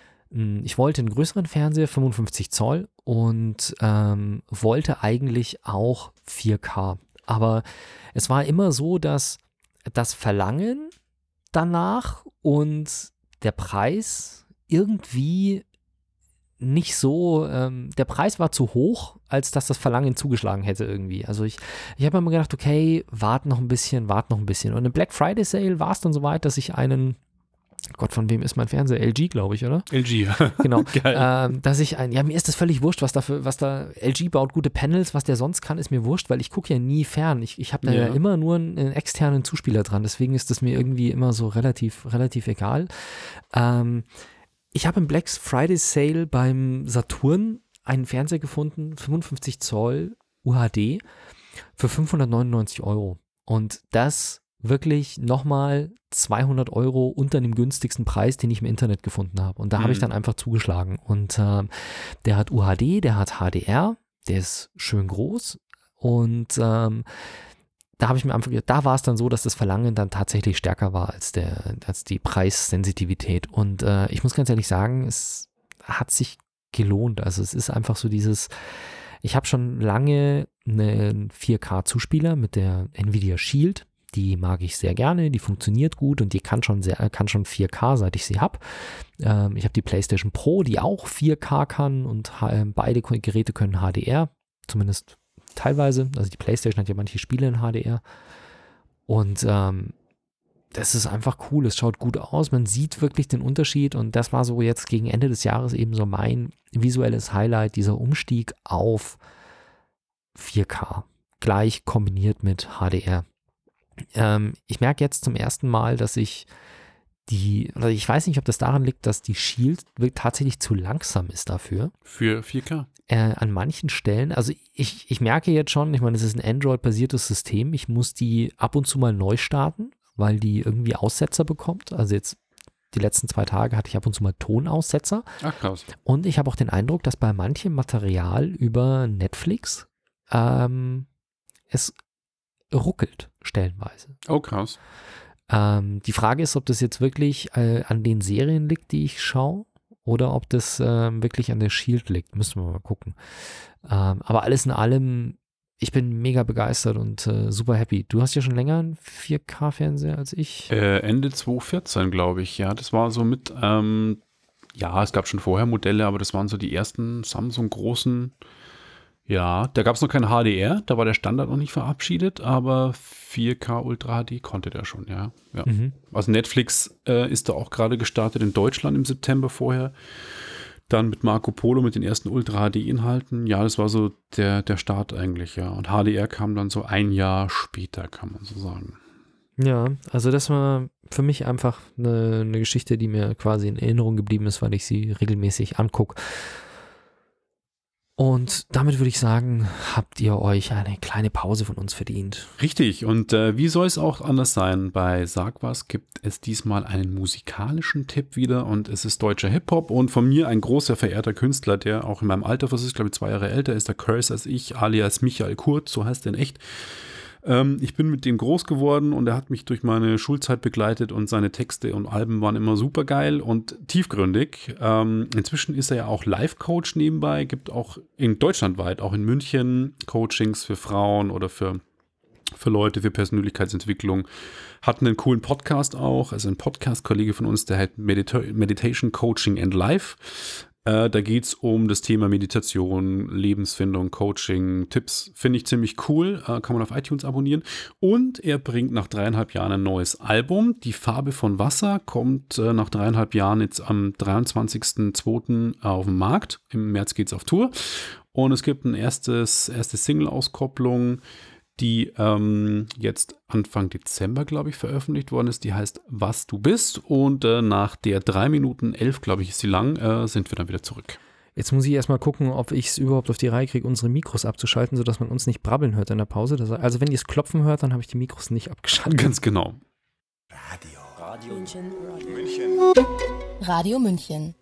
Speaker 2: mh, ich wollte einen größeren Fernseher, fünfundfünfzig Zoll, und ähm, wollte eigentlich auch vier K. Aber es war immer so, dass das Verlangen danach und der Preis irgendwie nicht so, ähm, der Preis war zu hoch, als dass das Verlangen zugeschlagen hätte irgendwie. Also ich, ich habe immer gedacht, okay, wart noch ein bisschen, wart noch ein bisschen. Und im Black Friday Sale war es dann soweit, dass ich einen, Gott, von wem ist mein Fernseher? L G, glaube ich, oder?
Speaker 3: L G, ja.
Speaker 2: Genau.
Speaker 3: Geil.
Speaker 2: Ähm, dass ich ein, ja, mir ist das völlig wurscht, was da für, was da, L G baut gute Panels, was der sonst kann, ist mir wurscht, weil ich gucke ja nie fern. Ich, ich habe da ja. ja immer nur einen, einen externen Zuspieler dran, deswegen ist das mir irgendwie immer so relativ, relativ egal. Ähm, ich habe im Black Friday Sale beim Saturn einen Fernseher gefunden, fünfundfünfzig Zoll U H D für fünfhundertneunundneunzig Euro. Und das wirklich nochmal zweihundert Euro unter dem günstigsten Preis, den ich im Internet gefunden habe. Und da mhm. habe ich dann einfach zugeschlagen. Und äh, der hat U H D, der hat H D R, der ist schön groß. Und ähm, da habe ich mir einfach, da war es dann so, dass das Verlangen dann tatsächlich stärker war als, der, als die Preissensitivität. Und äh, ich muss ganz ehrlich sagen, es hat sich gelohnt. Also es ist einfach so dieses, ich habe schon lange einen vier K-Zuspieler mit der Nvidia Shield. Die mag ich sehr gerne, die funktioniert gut und die kann schon sehr, kann schon vier K, seit ich sie habe. Ähm, ich habe die PlayStation Pro, die auch vier K kann und äh, beide Geräte können H D R, zumindest teilweise. Also die PlayStation hat ja manche Spiele in H D R. Und ähm, das ist einfach cool, es schaut gut aus, man sieht wirklich den Unterschied und das war so jetzt gegen Ende des Jahres eben so mein visuelles Highlight, dieser Umstieg auf vier K, gleich kombiniert mit H D R. Ähm, ich merke jetzt zum ersten Mal, dass ich die, oder ich weiß nicht, ob das daran liegt, dass die Shield tatsächlich zu langsam ist dafür.
Speaker 3: Für vier K?
Speaker 2: Äh, an manchen Stellen, also ich, ich merke jetzt schon, ich meine, es ist ein Android-basiertes System, ich muss die ab und zu mal neu starten, weil die irgendwie Aussetzer bekommt. Also jetzt die letzten zwei Tage hatte ich ab und zu mal Tonaussetzer.
Speaker 3: Ach krass.
Speaker 2: Und ich habe auch den Eindruck, dass bei manchem Material über Netflix ähm, es ruckelt stellenweise.
Speaker 3: Oh krass.
Speaker 2: Ähm, die Frage ist, ob das jetzt wirklich äh, an den Serien liegt, die ich schaue, oder ob das äh, wirklich an der Shield liegt. Müssen wir mal gucken. Ähm, aber alles in allem, ich bin mega begeistert und äh, super happy. Du hast ja schon länger einen vier K-Fernseher als ich.
Speaker 3: Äh, Ende zwanzig vierzehn, glaube ich. Ja, das war so mit, ähm, ja, es gab schon vorher Modelle, aber das waren so die ersten Samsung großen. Ja, da gab es noch kein H D R, da war der Standard noch nicht verabschiedet, aber vier K Ultra H D konnte der schon, ja. ja.
Speaker 2: Mhm.
Speaker 3: Also Netflix äh, ist da auch gerade gestartet in Deutschland im September vorher. Dann mit Marco Polo mit den ersten Ultra H D-Inhalten. Ja, das war so der, der Start eigentlich, ja. Und H D R kam dann so ein Jahr später, kann man so sagen.
Speaker 2: Ja, also das war für mich einfach eine, eine Geschichte, die mir quasi in Erinnerung geblieben ist, weil ich sie regelmäßig angucke. Und damit würde ich sagen, habt ihr euch eine kleine Pause von uns verdient.
Speaker 3: Richtig. Und äh, wie soll es auch anders sein? Bei Sag was gibt es diesmal einen musikalischen Tipp wieder und es ist deutscher Hip-Hop und von mir ein großer verehrter Künstler, der auch in meinem Alter, was ist, glaube ich, zwei Jahre älter ist, der Curse als ich, alias Michael Kurt, so heißt er in echt. Ähm, ich bin mit dem groß geworden und er hat mich durch meine Schulzeit begleitet und seine Texte und Alben waren immer super geil und tiefgründig. Ähm, inzwischen ist er ja auch Life-Coach nebenbei, gibt auch in deutschlandweit, auch in München, Coachings für Frauen oder für, für Leute, für Persönlichkeitsentwicklung. Hat einen coolen Podcast auch, also ein Podcast-Kollege von uns, der heißt Medita- Meditation Coaching and Life. Äh, da geht es um das Thema Meditation, Lebensfindung, Coaching, Tipps. Finde ich ziemlich cool. Äh, kann man auf iTunes abonnieren. Und er bringt nach dreieinhalb Jahren ein neues Album. Die Farbe von Wasser kommt äh, nach dreieinhalb Jahren jetzt am dreiundzwanzigsten zweiten auf den Markt. Im März geht es auf Tour. Und es gibt ein erstes, erste Single-Auskopplung, die ähm, jetzt Anfang Dezember, glaube ich, veröffentlicht worden ist. Die heißt Was du bist. Und äh, nach der drei Minuten elf, glaube ich, ist sie lang, äh, sind wir dann wieder zurück.
Speaker 2: Jetzt muss ich erstmal gucken, ob ich es überhaupt auf die Reihe kriege, unsere Mikros abzuschalten, sodass man uns nicht brabbeln hört in der Pause. Das, also wenn ihr es klopfen hört, dann habe ich die Mikros nicht abgeschaltet.
Speaker 3: Ganz genau.
Speaker 4: Radio. Radio München. München. Radio München.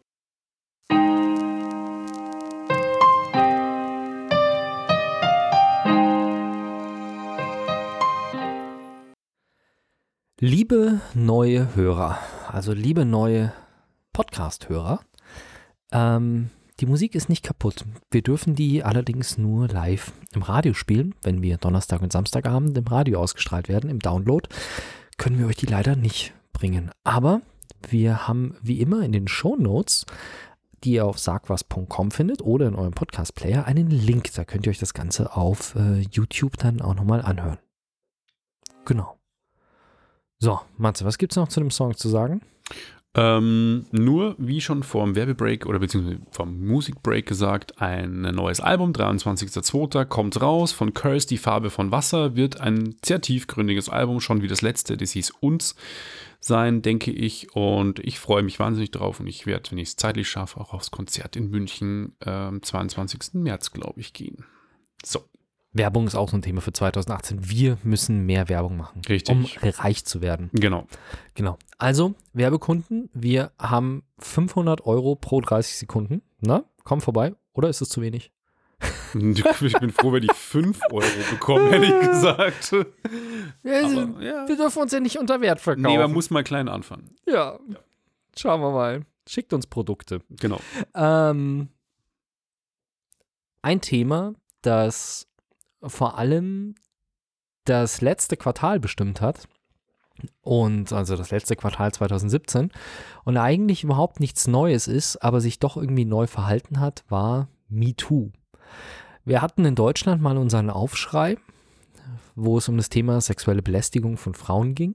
Speaker 2: Liebe neue Hörer, also liebe neue Podcast-Hörer, ähm, die Musik ist nicht kaputt. Wir dürfen die allerdings nur live im Radio spielen. Wenn wir Donnerstag und Samstagabend im Radio ausgestrahlt werden, im Download, können wir euch die leider nicht bringen. Aber wir haben wie immer in den Shownotes, die ihr auf sagwas punkt com findet oder in eurem Podcast-Player, einen Link. Da könnt ihr euch das Ganze auf äh, YouTube dann auch nochmal anhören. Genau. So, Matze, was gibt es noch zu dem Song zu sagen?
Speaker 3: Ähm, nur, wie schon vor dem Werbebreak oder beziehungsweise vom Musikbreak gesagt, ein neues Album, dreiundzwanzigster zweiter kommt raus von Curse, die Farbe von Wasser, wird ein sehr tiefgründiges Album, schon wie das letzte, das hieß Uns sein, denke ich, und ich freue mich wahnsinnig drauf und ich werde, wenn ich es zeitlich schaffe, auch aufs Konzert in München am äh, zweiundzwanzigsten März, glaube ich, gehen. So.
Speaker 2: Werbung ist auch so ein Thema für zweitausendachtzehn. Wir müssen mehr Werbung machen,
Speaker 3: Richtig.
Speaker 2: um reich zu werden.
Speaker 3: Genau.
Speaker 2: Genau. Also, Werbekunden, wir haben fünfhundert Euro pro dreißig Sekunden. Na, komm vorbei. Oder ist es zu wenig?
Speaker 3: Ich bin froh, wenn ich fünf Euro bekomme, ehrlich gesagt.
Speaker 2: Ja,
Speaker 3: Aber, ja.
Speaker 2: Wir dürfen uns ja nicht unter Wert verkaufen.
Speaker 3: Nee, man muss mal klein anfangen.
Speaker 2: Ja. ja. Schauen wir mal. Schickt uns Produkte.
Speaker 3: Genau.
Speaker 2: Ähm, ein Thema, das vor allem das letzte Quartal bestimmt hat und also das letzte Quartal zweitausendsiebzehn und eigentlich überhaupt nichts Neues ist, aber sich doch irgendwie neu verhalten hat, war MeToo. Wir hatten in Deutschland mal unseren Aufschrei, wo es um das Thema sexuelle Belästigung von Frauen ging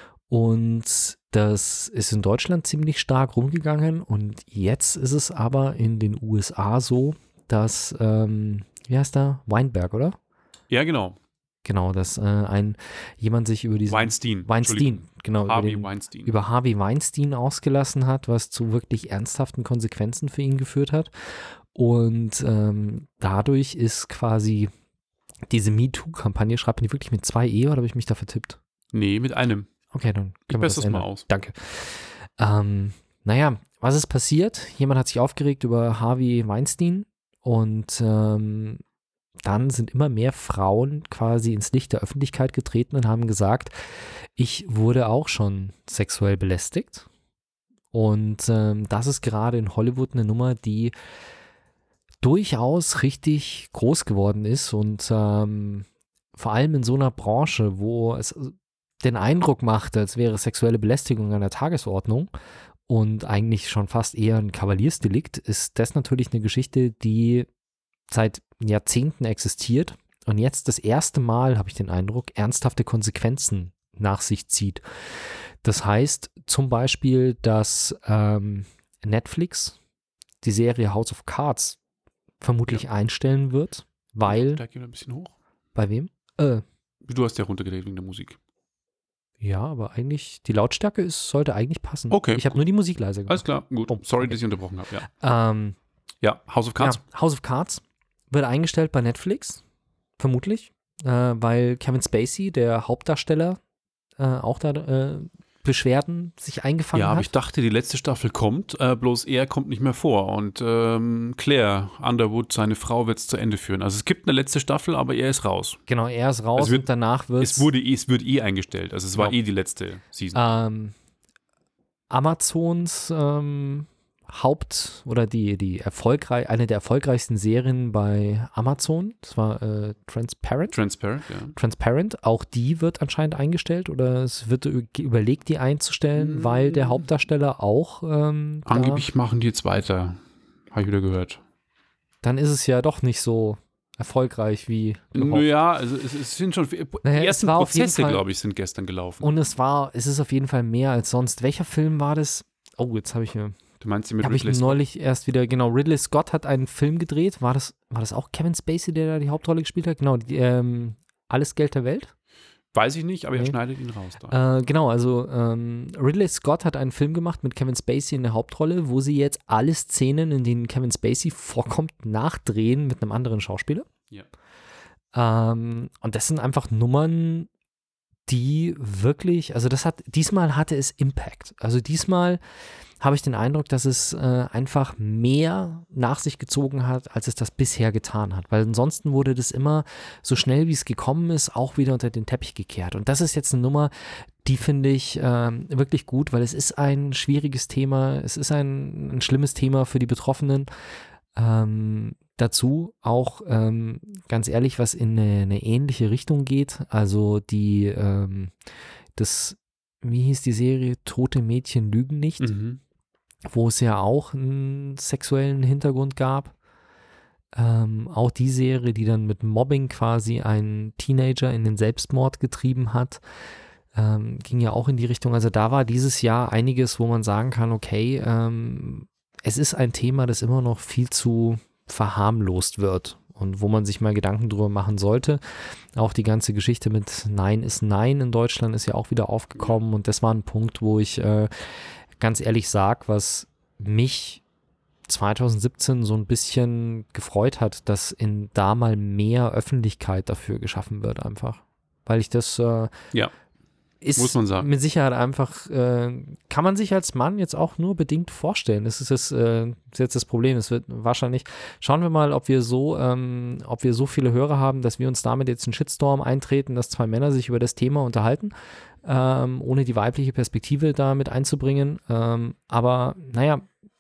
Speaker 2: und das ist in Deutschland ziemlich stark rumgegangen und jetzt ist es aber in den U S A so, dass, ähm, wie heißt der? Weinberg, oder?
Speaker 3: Ja, genau.
Speaker 2: Genau, dass äh, ein jemand sich über diesen
Speaker 3: Weinstein.
Speaker 2: Weinstein, genau,
Speaker 3: Harvey
Speaker 2: über, den,
Speaker 3: Weinstein.
Speaker 2: über Harvey Weinstein ausgelassen hat, was zu wirklich ernsthaften Konsequenzen für ihn geführt hat. Und ähm, dadurch ist quasi diese MeToo-Kampagne, schreibt man die wirklich mit zwei E oder habe ich mich da vertippt?
Speaker 3: Nee, mit einem.
Speaker 2: Okay, dann
Speaker 3: können wir das mal aus.
Speaker 2: Danke. Ähm, naja, was ist passiert? Jemand hat sich aufgeregt über Harvey Weinstein und ähm, dann sind immer mehr Frauen quasi ins Licht der Öffentlichkeit getreten und haben gesagt, ich wurde auch schon sexuell belästigt. Und ähm, das ist gerade in Hollywood eine Nummer, die durchaus richtig groß geworden ist und ähm, vor allem in so einer Branche, wo es den Eindruck macht, als wäre sexuelle Belästigung an der Tagesordnung und eigentlich schon fast eher ein Kavaliersdelikt, ist das natürlich eine Geschichte, die seit Jahrzehnten existiert und jetzt das erste Mal, habe ich den Eindruck, ernsthafte Konsequenzen nach sich zieht. Das heißt zum Beispiel, dass ähm, Netflix die Serie House of Cards vermutlich ja. einstellen wird, weil...
Speaker 3: Da geht ein bisschen hoch.
Speaker 2: Bei wem? Äh,
Speaker 3: du hast ja runtergedreht wegen der Musik.
Speaker 2: Ja, aber eigentlich, die Lautstärke ist, sollte eigentlich passen.
Speaker 3: Okay.
Speaker 2: Ich habe nur die Musik leise gemacht.
Speaker 3: Alles klar, gut.
Speaker 2: Oh,
Speaker 3: Sorry,
Speaker 2: okay.
Speaker 3: dass ich unterbrochen habe. Ja.
Speaker 2: Ähm,
Speaker 3: ja, House of Cards.
Speaker 2: Ja, House of Cards wird eingestellt bei Netflix, vermutlich, äh, weil Kevin Spacey, der Hauptdarsteller, äh, auch da äh, Beschwerden sich eingefangen
Speaker 3: ja,
Speaker 2: hat.
Speaker 3: Ja, aber ich dachte, die letzte Staffel kommt, äh, bloß er kommt nicht mehr vor und ähm, Claire Underwood, seine Frau, wird es zu Ende führen. Also es gibt eine letzte Staffel, aber er ist raus.
Speaker 2: Genau, er ist raus
Speaker 3: wird,
Speaker 2: und danach wird
Speaker 3: es wurde es wird eh eingestellt. Also es war genau. eh die letzte Season.
Speaker 2: Ähm, Amazons ähm, Haupt- oder die, die erfolgreich, eine der erfolgreichsten Serien bei Amazon, das war äh, Transparent.
Speaker 3: Transparent, ja.
Speaker 2: Transparent, auch die wird anscheinend eingestellt oder es wird überlegt, die einzustellen, mm. weil der Hauptdarsteller auch ähm,
Speaker 3: angeblich machen die jetzt weiter. habe ich wieder gehört.
Speaker 2: Dann ist es ja doch nicht so erfolgreich wie gehofft.
Speaker 3: Naja, also es, es sind schon die
Speaker 2: naja,
Speaker 3: ersten
Speaker 2: war
Speaker 3: Prozesse, glaube ich, sind gestern gelaufen.
Speaker 2: Und es war, es ist auf jeden Fall mehr als sonst. Welcher Film war das? Oh, jetzt habe ich mir
Speaker 3: Du meinst die mit
Speaker 2: Habe ich
Speaker 3: Ridley
Speaker 2: neulich
Speaker 3: Scott?
Speaker 2: erst wieder, genau, Ridley Scott hat einen Film gedreht. War das, war das auch Kevin Spacey, der da die Hauptrolle gespielt hat? Genau, die, ähm, Alles Geld der Welt?
Speaker 3: Weiß ich nicht, aber
Speaker 2: Nee.
Speaker 3: er schneidet ihn raus. Da.
Speaker 2: Äh, genau, also ähm, Ridley Scott hat einen Film gemacht mit Kevin Spacey in der Hauptrolle, wo sie jetzt alle Szenen, in denen Kevin Spacey vorkommt, nachdrehen mit einem anderen Schauspieler.
Speaker 3: Ja.
Speaker 2: Ähm, und das sind einfach Nummern, die wirklich, also das hat, diesmal hatte es Impact. Also diesmal habe ich den Eindruck, dass es äh, einfach mehr nach sich gezogen hat, als es das bisher getan hat. Weil ansonsten wurde das immer so schnell, wie es gekommen ist, auch wieder unter den Teppich gekehrt. Und das ist jetzt eine Nummer, die finde ich ähm, wirklich gut, weil es ist ein schwieriges Thema, es ist ein, ein schlimmes Thema für die Betroffenen. Ähm, dazu auch ähm, ganz ehrlich, was in eine, eine ähnliche Richtung geht. Also die, ähm, das, wie hieß die Serie? Tote Mädchen lügen nicht.
Speaker 3: Mhm.
Speaker 2: Wo es ja auch einen sexuellen Hintergrund gab. Ähm, auch die Serie, die dann mit Mobbing quasi einen Teenager in den Selbstmord getrieben hat, ähm, ging ja auch in die Richtung. Also da war dieses Jahr einiges, wo man sagen kann, okay, ähm, es ist ein Thema, das immer noch viel zu verharmlost wird und wo man sich mal Gedanken drüber machen sollte. Auch die ganze Geschichte mit Nein ist Nein in Deutschland ist ja auch wieder aufgekommen und das war ein Punkt, wo ich äh, ganz ehrlich sage, was mich zwanzig siebzehn so ein bisschen gefreut hat, dass in da mal mehr Öffentlichkeit dafür geschaffen wird einfach. Weil ich das äh,
Speaker 3: ja.
Speaker 2: ist
Speaker 3: Muss man sagen.
Speaker 2: mit Sicherheit einfach, äh, kann man sich als Mann jetzt auch nur bedingt vorstellen. Das ist, das, äh, ist jetzt das Problem. Es wird wahrscheinlich, schauen wir mal, ob wir so, ähm, ob wir so viele Hörer haben, dass wir uns damit jetzt einen Shitstorm eintreten, dass zwei Männer sich über das Thema unterhalten, ähm, ohne die weibliche Perspektive da mit einzubringen. Ähm, aber naja,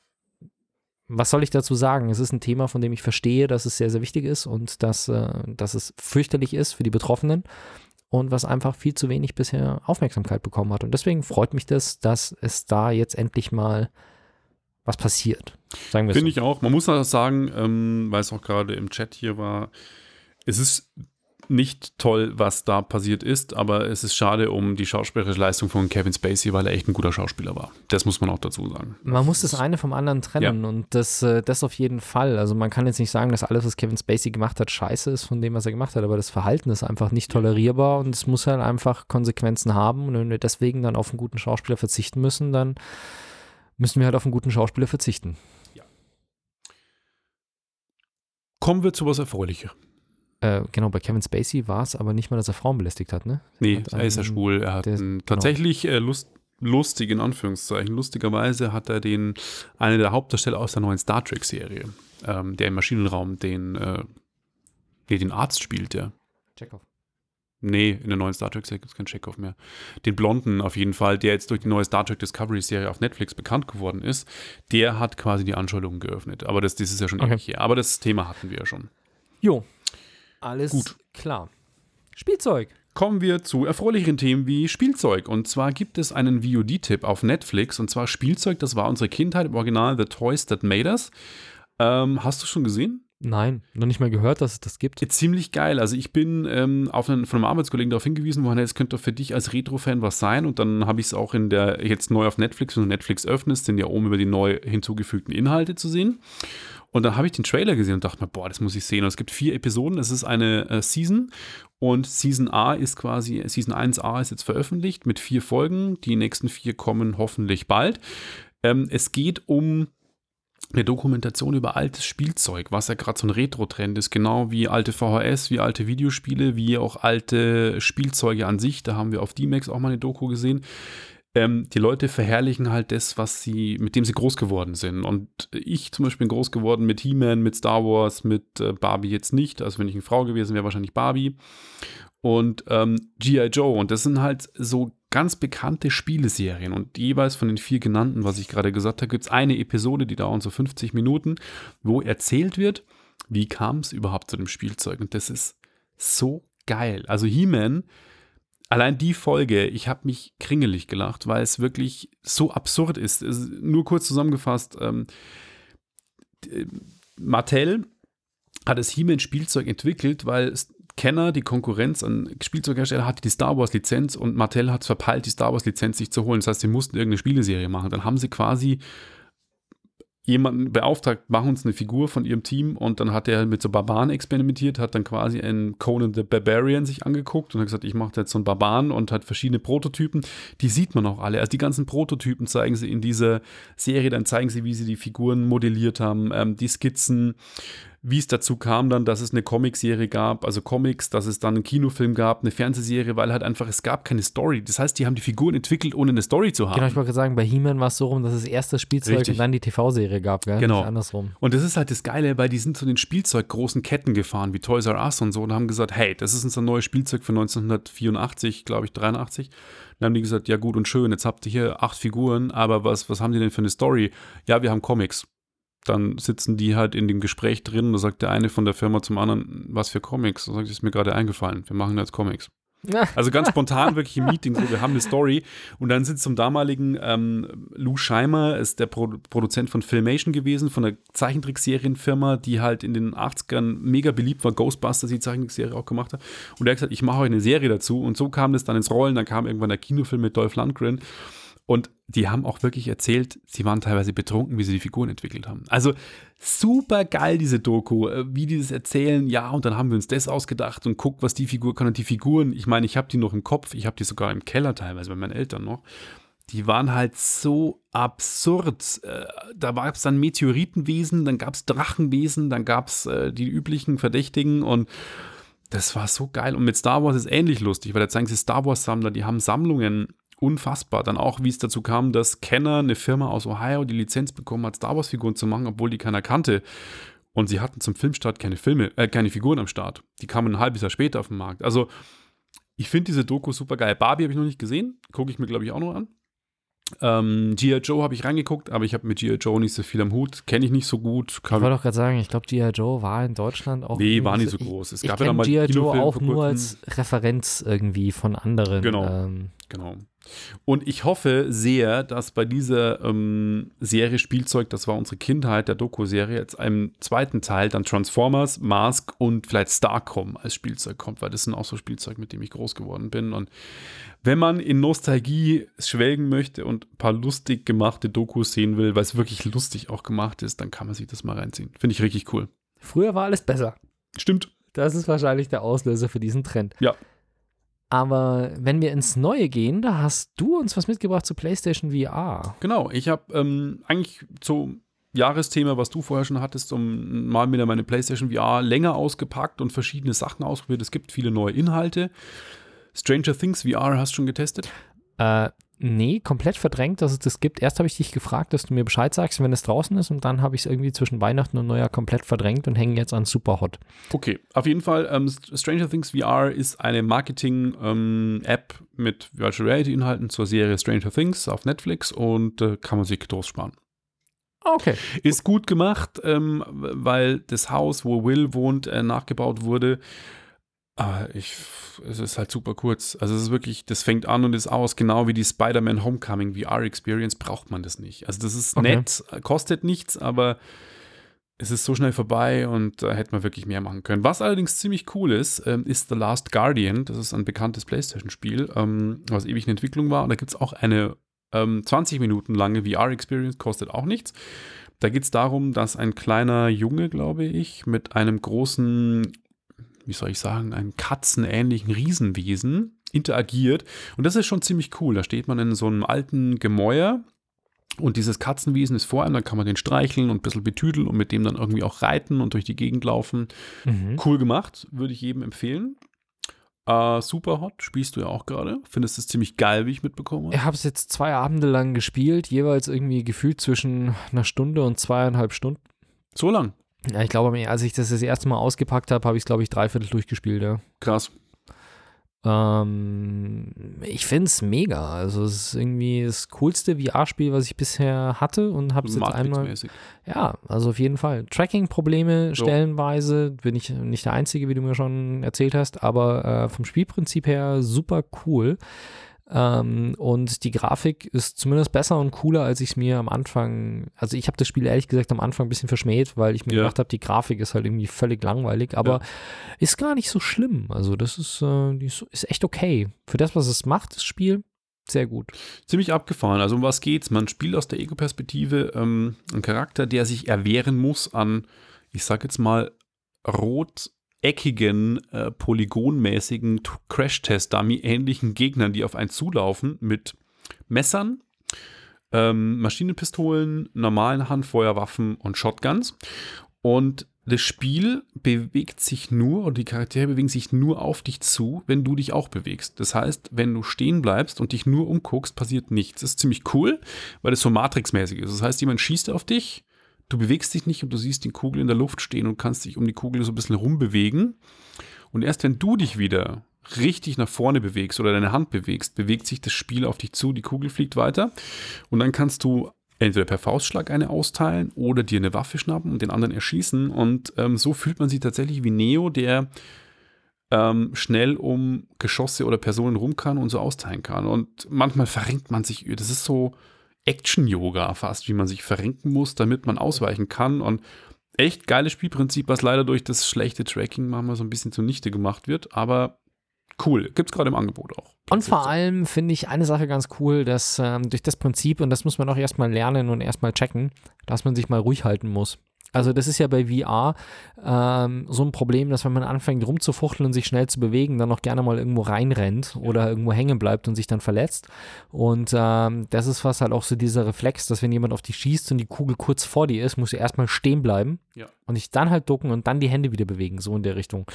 Speaker 2: was soll ich dazu sagen? Es ist ein Thema, von dem ich verstehe, dass es sehr, sehr wichtig ist und dass, äh, dass es fürchterlich ist für die Betroffenen. Und was einfach viel zu wenig bisher Aufmerksamkeit bekommen hat. Und deswegen freut mich das, dass es da jetzt endlich mal was passiert. Sagen wir es so.
Speaker 3: Finde ich auch. Man muss auch sagen, ähm, weil es auch gerade im Chat hier war, es ist nicht toll, was da passiert ist, aber es ist schade um die schauspielerische Leistung von Kevin Spacey, weil er echt ein guter Schauspieler war. Das muss man auch dazu sagen.
Speaker 2: Man muss das eine vom anderen trennen
Speaker 3: Ja.
Speaker 2: und das, äh, das auf jeden Fall. Also man kann jetzt nicht sagen, dass alles, was Kevin Spacey gemacht hat, scheiße ist von dem, was er gemacht hat, aber das Verhalten ist einfach nicht tolerierbar und es muss halt einfach Konsequenzen haben und wenn wir deswegen dann auf einen guten Schauspieler verzichten müssen, dann müssen wir halt auf einen guten Schauspieler verzichten.
Speaker 3: Kommen wir zu was Erfreulicherem.
Speaker 2: Äh, genau, bei Kevin Spacey war es aber nicht mal, dass er Frauen belästigt hat, ne?
Speaker 3: Nee,
Speaker 2: Hat
Speaker 3: er ist ja
Speaker 2: einen-
Speaker 3: schwul. Er hat
Speaker 2: der-
Speaker 3: einen, tatsächlich äh, Lust, lustig, in Anführungszeichen, lustigerweise hat er den, eine der Hauptdarsteller aus der neuen Star Trek-Serie, ähm, der im Maschinenraum den, äh, nee, den Arzt spielt, der.
Speaker 2: Chekhov.
Speaker 3: Nee, in der neuen Star Trek-Serie gibt es keinen Chekhov mehr. Den Blonden auf jeden Fall, der jetzt durch die neue Star Trek Discovery-Serie auf Netflix bekannt geworden ist, der hat quasi die Anschuldigungen geöffnet. Aber das, das ist ja schon
Speaker 2: Okay.
Speaker 3: ewig her. Aber das Thema hatten wir ja schon.
Speaker 2: Jo, alles
Speaker 3: Gut.
Speaker 2: klar. Spielzeug.
Speaker 3: Kommen wir zu erfreulicheren Themen wie Spielzeug. Und zwar gibt es einen V O D-Tipp auf Netflix. Und zwar Spielzeug, das war unsere Kindheit im Original The Toys That Made Us. Ähm, hast du schon gesehen?
Speaker 2: Nein, noch nicht mal gehört, dass es das gibt.
Speaker 3: Ziemlich geil. Also ich bin ähm, auf einen, von einem Arbeitskollegen darauf hingewiesen worden, es könnte doch für dich als Retro-Fan was sein. Und dann habe ich es auch in der, jetzt neu auf Netflix, wenn du Netflix öffnest, sind ja oben über die neu hinzugefügten Inhalte zu sehen. Und dann habe ich den Trailer gesehen und dachte mir, boah, das muss ich sehen. Und es gibt vier Episoden, es ist eine äh, Season und Season A ist quasi, Season eins A ist jetzt veröffentlicht mit vier Folgen. Die nächsten vier kommen hoffentlich bald. Ähm, es geht um eine Dokumentation über altes Spielzeug, was ja gerade so ein Retro-Trend ist, genau wie alte V H S, wie alte Videospiele, wie auch alte Spielzeuge an sich. Da haben wir auf D-Max auch mal eine Doku gesehen. Ähm, die Leute verherrlichen halt das, was sie, mit dem sie groß geworden sind. Und ich zum Beispiel bin groß geworden mit He-Man, mit Star Wars, mit äh, Barbie jetzt nicht. Also wenn ich eine Frau gewesen wäre, wahrscheinlich Barbie. Und ähm, G I. Joe. Und das sind halt so ganz bekannte Spieleserien. Und jeweils von den vier genannten, was ich gerade gesagt habe, gibt es eine Episode, die dauert so fünfzig Minuten, wo erzählt wird, wie kam es überhaupt zu dem Spielzeug. Und das ist so geil. Also He-Man, allein die Folge, ich habe mich kringelig gelacht, weil es wirklich so absurd ist. Es ist nur kurz zusammengefasst, ähm, Mattel hat das He-Man-Spielzeug entwickelt, weil Kenner, die Konkurrenz an Spielzeughersteller, hatte die Star Wars-Lizenz und Mattel hat es verpeilt, die Star Wars-Lizenz sich zu holen. Das heißt, sie mussten irgendeine Spieleserie machen. Dann haben sie quasi jemanden beauftragt, machen uns eine Figur von ihrem Team und dann hat er mit so Barbaren experimentiert, hat dann quasi einen Conan the Barbarian sich angeguckt und hat gesagt, ich mache jetzt so einen Barbaren und hat verschiedene Prototypen, die sieht man auch alle, also die ganzen Prototypen zeigen sie in dieser Serie, dann zeigen sie, wie sie die Figuren modelliert haben, ähm, die Skizzen, wie es dazu kam dann, dass es eine Comicserie gab, also Comics, dass es dann einen Kinofilm gab, eine Fernsehserie, weil halt einfach, es gab keine Story. Das heißt, die haben die Figuren entwickelt, ohne eine Story zu haben.
Speaker 2: Genau, ich wollte gerade sagen, bei He-Man war es so rum, dass es erst das Spielzeug
Speaker 3: Richtig.
Speaker 2: und dann die T V-Serie gab, gell?
Speaker 3: Genau.
Speaker 2: Nicht andersrum.
Speaker 3: Und das ist halt das Geile, weil die sind zu den Spielzeuggroßen Ketten gefahren, wie Toys R Us und so, und haben gesagt, hey, das ist unser neues Spielzeug von neunzehnhundertvierundachtzig, glaube ich, dreiundachtzig. Dann haben die gesagt, ja gut und schön, jetzt habt ihr hier acht Figuren, aber was, was haben die denn für eine Story? Ja, wir haben Comics. Dann sitzen die halt in dem Gespräch drin, da sagt der eine von der Firma zum anderen, was für Comics? Da sagt, ist mir gerade eingefallen, wir machen jetzt Comics. Also ganz spontan wirklich im Meeting, so, wir haben eine Story und dann sitzt zum damaligen ähm, Lou Scheimer, ist der Pro- Produzent von Filmation gewesen, von der Zeichentrickserienfirma, die halt in den achtzigern mega beliebt war, Ghostbusters, die Zeichentrickserie auch gemacht hat, und er hat gesagt, ich mache euch eine Serie dazu, und so kam das dann ins Rollen, dann kam irgendwann der Kinofilm mit Dolph Lundgren. Und die haben auch wirklich erzählt, sie waren teilweise betrunken, wie sie die Figuren entwickelt haben. Also super geil, diese Doku, wie die das erzählen. Ja, und dann haben wir uns das ausgedacht und guckt, was die Figur kann. Und die Figuren, ich meine, ich habe die noch im Kopf, ich habe die sogar im Keller teilweise bei meinen Eltern noch. Die waren halt so absurd. Da gab es dann Meteoritenwesen, dann gab es Drachenwesen, dann gab es die üblichen Verdächtigen und das war so geil. Und mit Star Wars ist ähnlich lustig, weil da zeigen sie Star Wars-Sammler, die haben Sammlungen. Unfassbar. Dann auch, wie es dazu kam, dass Kenner, eine Firma aus Ohio, die Lizenz bekommen hat, Star Wars-Figuren zu machen, obwohl die keiner kannte. Und sie hatten zum Filmstart keine Filme, äh, keine Figuren am Start. Die kamen ein halbes Jahr später auf den Markt. Also, ich finde diese Doku super geil. Barbie habe ich noch nicht gesehen. Gucke ich mir, glaube ich, auch noch an. Ähm, G I. Joe habe ich reingeguckt, aber ich habe mit G I. Joe nicht so viel am Hut. Kenne ich nicht so gut.
Speaker 2: Ich wollte doch gerade sagen, ich glaube, G I. Joe war in Deutschland auch.
Speaker 3: Nee, war nicht so groß. Es
Speaker 2: ich
Speaker 3: gab
Speaker 2: ich
Speaker 3: ja dann mal
Speaker 2: G I. Joe auch
Speaker 3: Kinofilm
Speaker 2: nur als Referenz irgendwie von anderen.
Speaker 3: Genau.
Speaker 2: Ähm,
Speaker 3: Genau. Und ich hoffe sehr, dass bei dieser ähm, Serie Spielzeug, das war unsere Kindheit, der Doku-Serie, jetzt einem zweiten Teil dann Transformers, Mask und vielleicht Starcom als Spielzeug kommt, weil das sind auch so Spielzeug, mit dem ich groß geworden bin. Und wenn man in Nostalgie schwelgen möchte und ein paar lustig gemachte Dokus sehen will, weil es wirklich lustig auch gemacht ist, dann kann man sich das mal reinziehen. Finde ich richtig cool.
Speaker 2: Früher war alles besser.
Speaker 3: Stimmt.
Speaker 2: Das ist wahrscheinlich der Auslöser für diesen Trend.
Speaker 3: Ja.
Speaker 2: Aber wenn wir ins Neue gehen, da hast du uns was mitgebracht zu PlayStation V R.
Speaker 3: Genau, ich habe ähm, eigentlich zum Jahresthema, was du vorher schon hattest, um mal wieder meine PlayStation V R länger ausgepackt und verschiedene Sachen ausprobiert. Es gibt viele neue Inhalte. Stranger Things V R hast du schon getestet?
Speaker 2: Äh, nee, komplett verdrängt, dass es das gibt. Erst habe ich dich gefragt, dass du mir Bescheid sagst, wenn es draußen ist, und dann habe ich es irgendwie zwischen Weihnachten und Neujahr komplett verdrängt und hänge jetzt an Superhot.
Speaker 3: Okay, auf jeden Fall, ähm, Stranger Things V R ist eine Marketing-App ähm, mit Virtual Reality-Inhalten zur Serie Stranger Things auf Netflix und äh, kann man sich getrost sparen.
Speaker 2: Okay.
Speaker 3: Ist gut gemacht, ähm, weil das Haus, wo Will wohnt, äh, nachgebaut wurde. Aber ich, es ist halt super kurz. Also es ist wirklich, das fängt an und ist aus, genau wie die Spider-Man Homecoming V R-Experience braucht man das nicht. Also das ist
Speaker 2: Okay.
Speaker 3: nett, kostet nichts, aber es ist so schnell vorbei und da hätte man wirklich mehr machen können. Was allerdings ziemlich cool ist, ähm, ist The Last Guardian. Das ist ein bekanntes PlayStation-Spiel, ähm, was ewig in Entwicklung war. Und da gibt es auch eine ähm, zwanzig Minuten lange V R-Experience, kostet auch nichts. Da geht es darum, dass ein kleiner Junge, glaube ich, mit einem großen, wie soll ich sagen, einem katzenähnlichen Riesenwesen interagiert. Und das ist schon ziemlich cool. Da steht man in so einem alten Gemäuer und dieses Katzenwesen ist vor einem, dann kann man den streicheln und ein bisschen betüdeln und mit dem dann irgendwie auch reiten und durch die Gegend laufen.
Speaker 2: Mhm.
Speaker 3: Cool gemacht, würde ich jedem empfehlen. Uh, Superhot spielst du ja auch gerade. Findest es ziemlich geil, wie ich mitbekommen habe.
Speaker 2: Ich habe es jetzt zwei Abende lang gespielt, jeweils irgendwie gefühlt zwischen einer Stunde und zweieinhalb Stunden.
Speaker 3: So lang?
Speaker 2: Ja, ich glaube, als ich das das erste Mal ausgepackt habe, habe ich es, glaube ich, dreiviertel durchgespielt, ja.
Speaker 3: Krass.
Speaker 2: Ähm, ich finde es mega. Also es ist irgendwie das coolste V R-Spiel, was ich bisher hatte und habe es jetzt einmal.
Speaker 3: Matrix-mäßig.
Speaker 2: Ja, also auf jeden Fall. Tracking-Probleme
Speaker 3: So.
Speaker 2: stellenweise, bin ich nicht der Einzige, wie du mir schon erzählt hast, aber äh, vom Spielprinzip her super cool. Ähm, und die Grafik ist zumindest besser und cooler, als ich es mir am Anfang, also ich habe das Spiel ehrlich gesagt am Anfang ein bisschen verschmäht, weil ich mir
Speaker 3: Ja.
Speaker 2: gedacht habe, die Grafik ist halt irgendwie völlig langweilig, aber
Speaker 3: Ja.
Speaker 2: ist gar nicht so schlimm. Also das ist, äh, die ist, ist echt okay. Für das, was es macht, das Spiel, sehr gut.
Speaker 3: Ziemlich abgefahren. Also um was geht's? Man spielt aus der Ego-Perspektive ähm, einen Charakter, der sich erwehren muss an, ich sag jetzt mal, roteckigen, äh, polygonmäßigen Crash-Test-Dummy-ähnlichen Gegnern, die auf einen zulaufen mit Messern, ähm, Maschinenpistolen, normalen Handfeuerwaffen und Shotguns. Und das Spiel bewegt sich nur, und die Charaktere bewegen sich nur auf dich zu, wenn du dich auch bewegst. Das heißt, wenn du stehen bleibst und dich nur umguckst, passiert nichts. Das ist ziemlich cool, weil das so Matrix-mäßig ist. Das heißt, jemand schießt auf dich, du bewegst dich nicht und du siehst die Kugel in der Luft stehen und kannst dich um die Kugel so ein bisschen rumbewegen. Und erst wenn du dich wieder richtig nach vorne bewegst oder deine Hand bewegst, bewegt sich das Spiel auf dich zu, die Kugel fliegt weiter und dann kannst du entweder per Faustschlag eine austeilen oder dir eine Waffe schnappen und den anderen erschießen. Und ähm, so fühlt man sich tatsächlich wie Neo, der ähm, schnell um Geschosse oder Personen rum kann und so austeilen kann. Und manchmal verrenkt man sich, das ist so Action-Yoga fast, wie man sich verrenken muss, damit man ausweichen kann. Und echt geiles Spielprinzip, was leider durch das schlechte Tracking manchmal so ein bisschen zunichte gemacht wird. Aber cool, gibt es gerade im Angebot auch.
Speaker 2: Und vor allem finde ich eine Sache ganz cool, dass ähm, durch das Prinzip, und das muss man auch erstmal lernen und erstmal checken, dass man sich mal ruhig halten muss. Also das ist ja bei V R ähm, so ein Problem, dass wenn man anfängt rumzufuchteln und sich schnell zu bewegen, dann noch gerne mal irgendwo reinrennt oder irgendwo hängen bleibt und sich dann verletzt. Und ähm, das ist fast halt auch so dieser Reflex, dass wenn jemand auf dich schießt und die Kugel kurz vor dir ist, musst du erstmal stehen bleiben
Speaker 3: Ja.
Speaker 2: und dich dann halt ducken und dann die Hände wieder bewegen, so in der Richtung.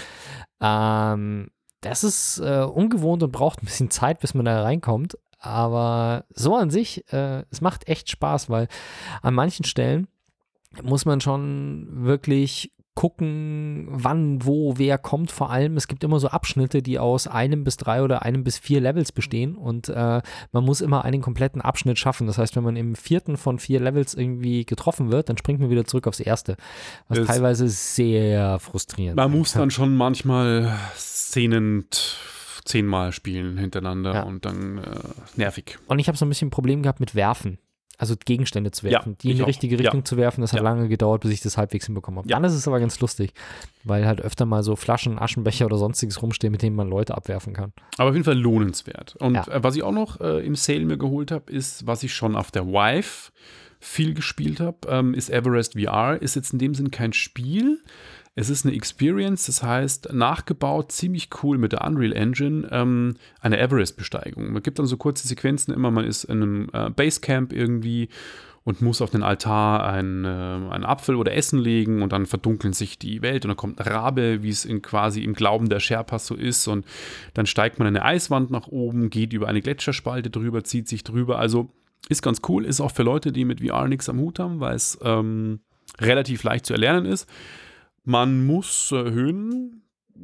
Speaker 2: Ähm, das ist äh, ungewohnt und braucht ein bisschen Zeit, bis man da reinkommt. Aber so an sich, äh, es macht echt Spaß, weil an manchen Stellen muss man schon wirklich gucken, wann, wo, wer kommt. Vor allem, es gibt immer so Abschnitte, die aus einem bis drei oder einem bis vier Levels bestehen und äh, man muss immer einen kompletten Abschnitt schaffen. Das heißt, wenn man im vierten von vier Levels irgendwie getroffen wird, dann springt man wieder zurück aufs erste. Was
Speaker 3: Das
Speaker 2: teilweise sehr frustrierend
Speaker 3: Man
Speaker 2: ist.
Speaker 3: muss dann schon manchmal Szenen zehnmal spielen hintereinander
Speaker 2: Ja.
Speaker 3: und dann äh, nervig.
Speaker 2: Und ich habe so ein bisschen ein Problem gehabt mit Werfen. Also Gegenstände zu werfen,
Speaker 3: Ja,
Speaker 2: die in
Speaker 3: ich
Speaker 2: die
Speaker 3: auch.
Speaker 2: richtige Richtung
Speaker 3: Ja.
Speaker 2: zu werfen. Das hat
Speaker 3: Ja.
Speaker 2: lange gedauert, bis ich das halbwegs hinbekommen habe.
Speaker 3: Ja.
Speaker 2: Dann ist es aber ganz lustig, weil halt öfter mal so Flaschen, Aschenbecher oder sonstiges rumstehen, mit denen man Leute abwerfen kann.
Speaker 3: Aber auf jeden Fall lohnenswert. Und
Speaker 2: Ja.
Speaker 3: äh, was ich auch noch äh, im Sale mir geholt habe, ist, was ich schon auf der Vive viel gespielt habe, ähm, ist Everest V R. Ist jetzt in dem Sinn kein Spiel. Es ist eine Experience, das heißt, nachgebaut, ziemlich cool mit der Unreal Engine, ähm, eine Everest-Besteigung. Man gibt dann so kurze Sequenzen immer, man ist in einem äh, Basecamp irgendwie und muss auf den Altar einen, äh, einen Apfel oder Essen legen und dann verdunkeln sich die Welt und dann kommt ein Rabe, wie es in quasi im Glauben der Sherpas so ist und dann steigt man eine Eiswand nach oben, geht über eine Gletscherspalte drüber, zieht sich drüber, also ist ganz cool, ist auch für Leute, die mit V R nichts am Hut haben, weil es ähm, relativ leicht zu erlernen ist. Man muss äh, Höhen,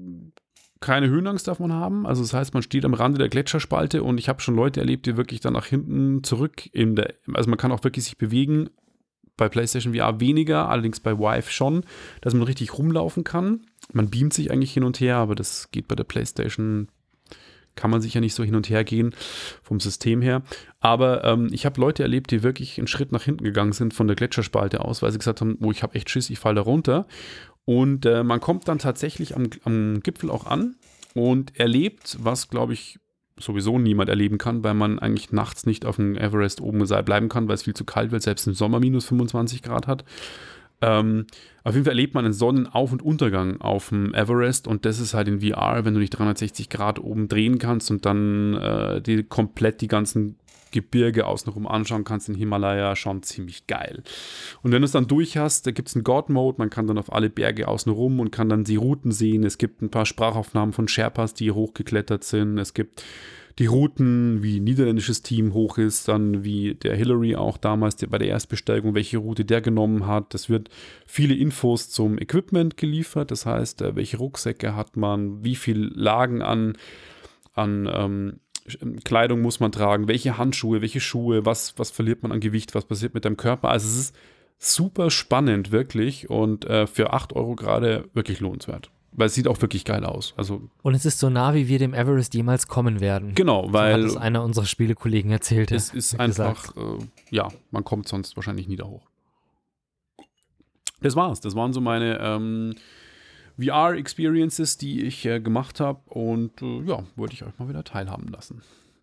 Speaker 3: keine Höhenangst darf man haben. Also das heißt, man steht am Rande der Gletscherspalte und ich habe schon Leute erlebt, die wirklich dann nach hinten zurück in der, also man kann auch wirklich sich bewegen. Bei PlayStation V R weniger, allerdings bei Vive schon, dass man richtig rumlaufen kann. Man beamt sich eigentlich hin und her, aber das geht bei der PlayStation, kann man sicher nicht so hin und her gehen vom System her. Aber ähm, ich habe Leute erlebt, die wirklich einen Schritt nach hinten gegangen sind von der Gletscherspalte aus, weil sie gesagt haben, oh, ich habe echt Schiss, ich falle da runter. Und äh, man kommt dann tatsächlich am, am Gipfel auch an und erlebt, was, glaube ich, sowieso niemand erleben kann, weil man eigentlich nachts nicht auf dem Everest oben bleiben kann, weil es viel zu kalt wird, selbst im Sommer minus fünfundzwanzig Grad hat. Ähm, auf jeden Fall erlebt man einen Sonnenauf- und Untergang auf dem Everest und das ist halt in V R, wenn du dich dreihundertsechzig Grad oben drehen kannst und dann äh, die, komplett die ganzen Gebirge außenrum anschauen kannst, in Himalaya, schon ziemlich geil. Und wenn du es dann durch hast, da gibt es einen God-Mode, man kann dann auf alle Berge außenrum und kann dann die Routen sehen. Es gibt ein paar Sprachaufnahmen von Sherpas, die hochgeklettert sind. Es gibt die Routen, wie ein niederländisches Team hoch ist, dann wie der Hillary auch damals der, bei der Erstbesteigung, welche Route der genommen hat. Es wird viele Infos zum Equipment geliefert, das heißt, welche Rucksäcke hat man, wie viel Lagen an, an ähm, Kleidung muss man tragen, welche Handschuhe, welche Schuhe, was, was verliert man an Gewicht, was passiert mit deinem Körper. Also es ist super spannend, wirklich, und äh, für acht Euro gerade wirklich lohnenswert. weil es sieht auch wirklich geil aus. Also,
Speaker 2: und es ist so nah, wie wir dem Everest jemals kommen werden.
Speaker 3: genau, weil
Speaker 2: so hat es einer unserer Spielekollegen erzählt.
Speaker 3: Es ist einfach, äh, ja, man kommt sonst wahrscheinlich nie da hoch. Das war's. Das waren so meine ähm, V R-Experiences, die ich äh, gemacht habe. Und äh, ja, wollte ich euch mal wieder teilhaben lassen.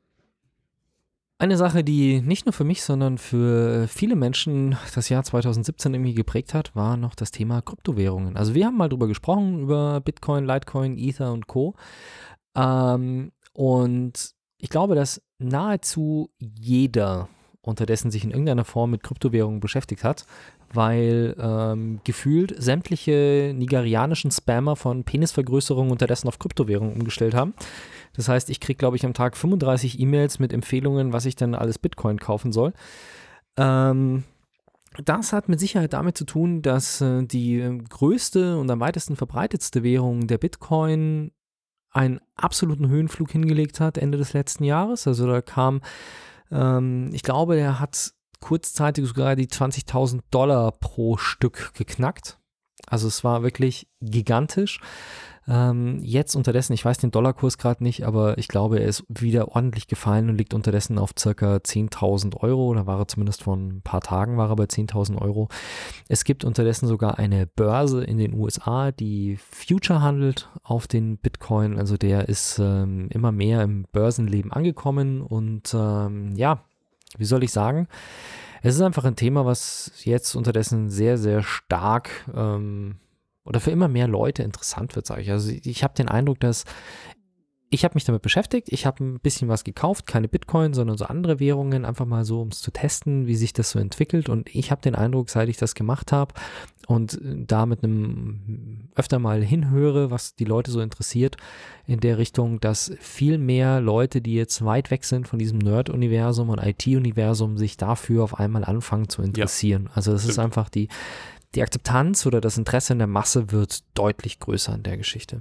Speaker 2: Eine Sache, die nicht nur für mich, sondern für viele Menschen das Jahr zwanzig siebzehn irgendwie geprägt hat, war noch das Thema Kryptowährungen. Also wir haben mal drüber gesprochen, über Bitcoin, Litecoin, Ether und Co. Ähm, und ich glaube, dass nahezu jeder unterdessen sich in irgendeiner Form mit Kryptowährungen beschäftigt hat, weil ähm, gefühlt sämtliche nigerianischen Spammer von Penisvergrößerung unterdessen auf Kryptowährungen umgestellt haben. Das heißt, ich kriege, glaube ich, am Tag fünfunddreißig E-Mails mit Empfehlungen, was ich denn alles Bitcoin kaufen soll. Ähm, das hat mit Sicherheit damit zu tun, dass äh, die größte und am weitesten verbreitetste Währung der Bitcoin einen absoluten Höhenflug hingelegt hat Ende des letzten Jahres. Also da kam, ähm, ich glaube, der hat kurzzeitig sogar die zwanzigtausend Dollar pro Stück geknackt. Also es war wirklich gigantisch. Ähm, jetzt unterdessen, ich weiß den Dollarkurs gerade nicht, aber ich glaube, er ist wieder ordentlich gefallen und liegt unterdessen auf circa zehntausend Euro. Da war er zumindest vor ein paar Tagen, war er bei zehntausend Euro. Es gibt unterdessen sogar eine Börse in den U S A, die Future handelt auf den Bitcoin. Also der ist ähm, immer mehr im Börsenleben angekommen und ähm, ja, wie soll ich sagen, es ist einfach ein Thema, was jetzt unterdessen sehr, sehr stark ähm, oder für immer mehr Leute interessant wird, sage ich. Also ich habe den Eindruck, dass ich habe mich damit beschäftigt, ich habe ein bisschen was gekauft, keine Bitcoin, sondern so andere Währungen, einfach mal so, um es zu testen, wie sich das so entwickelt. Und ich habe den Eindruck, seit ich das gemacht habe und da mit einem öfter mal hinhöre, was die Leute so interessiert in der Richtung, dass viel mehr Leute, die jetzt weit weg sind von diesem Nerd-Universum und I T-Universum, sich dafür auf einmal anfangen zu interessieren. Ja, also das stimmt. Ist einfach die, die Akzeptanz oder das Interesse in der Masse wird deutlich größer an der Geschichte.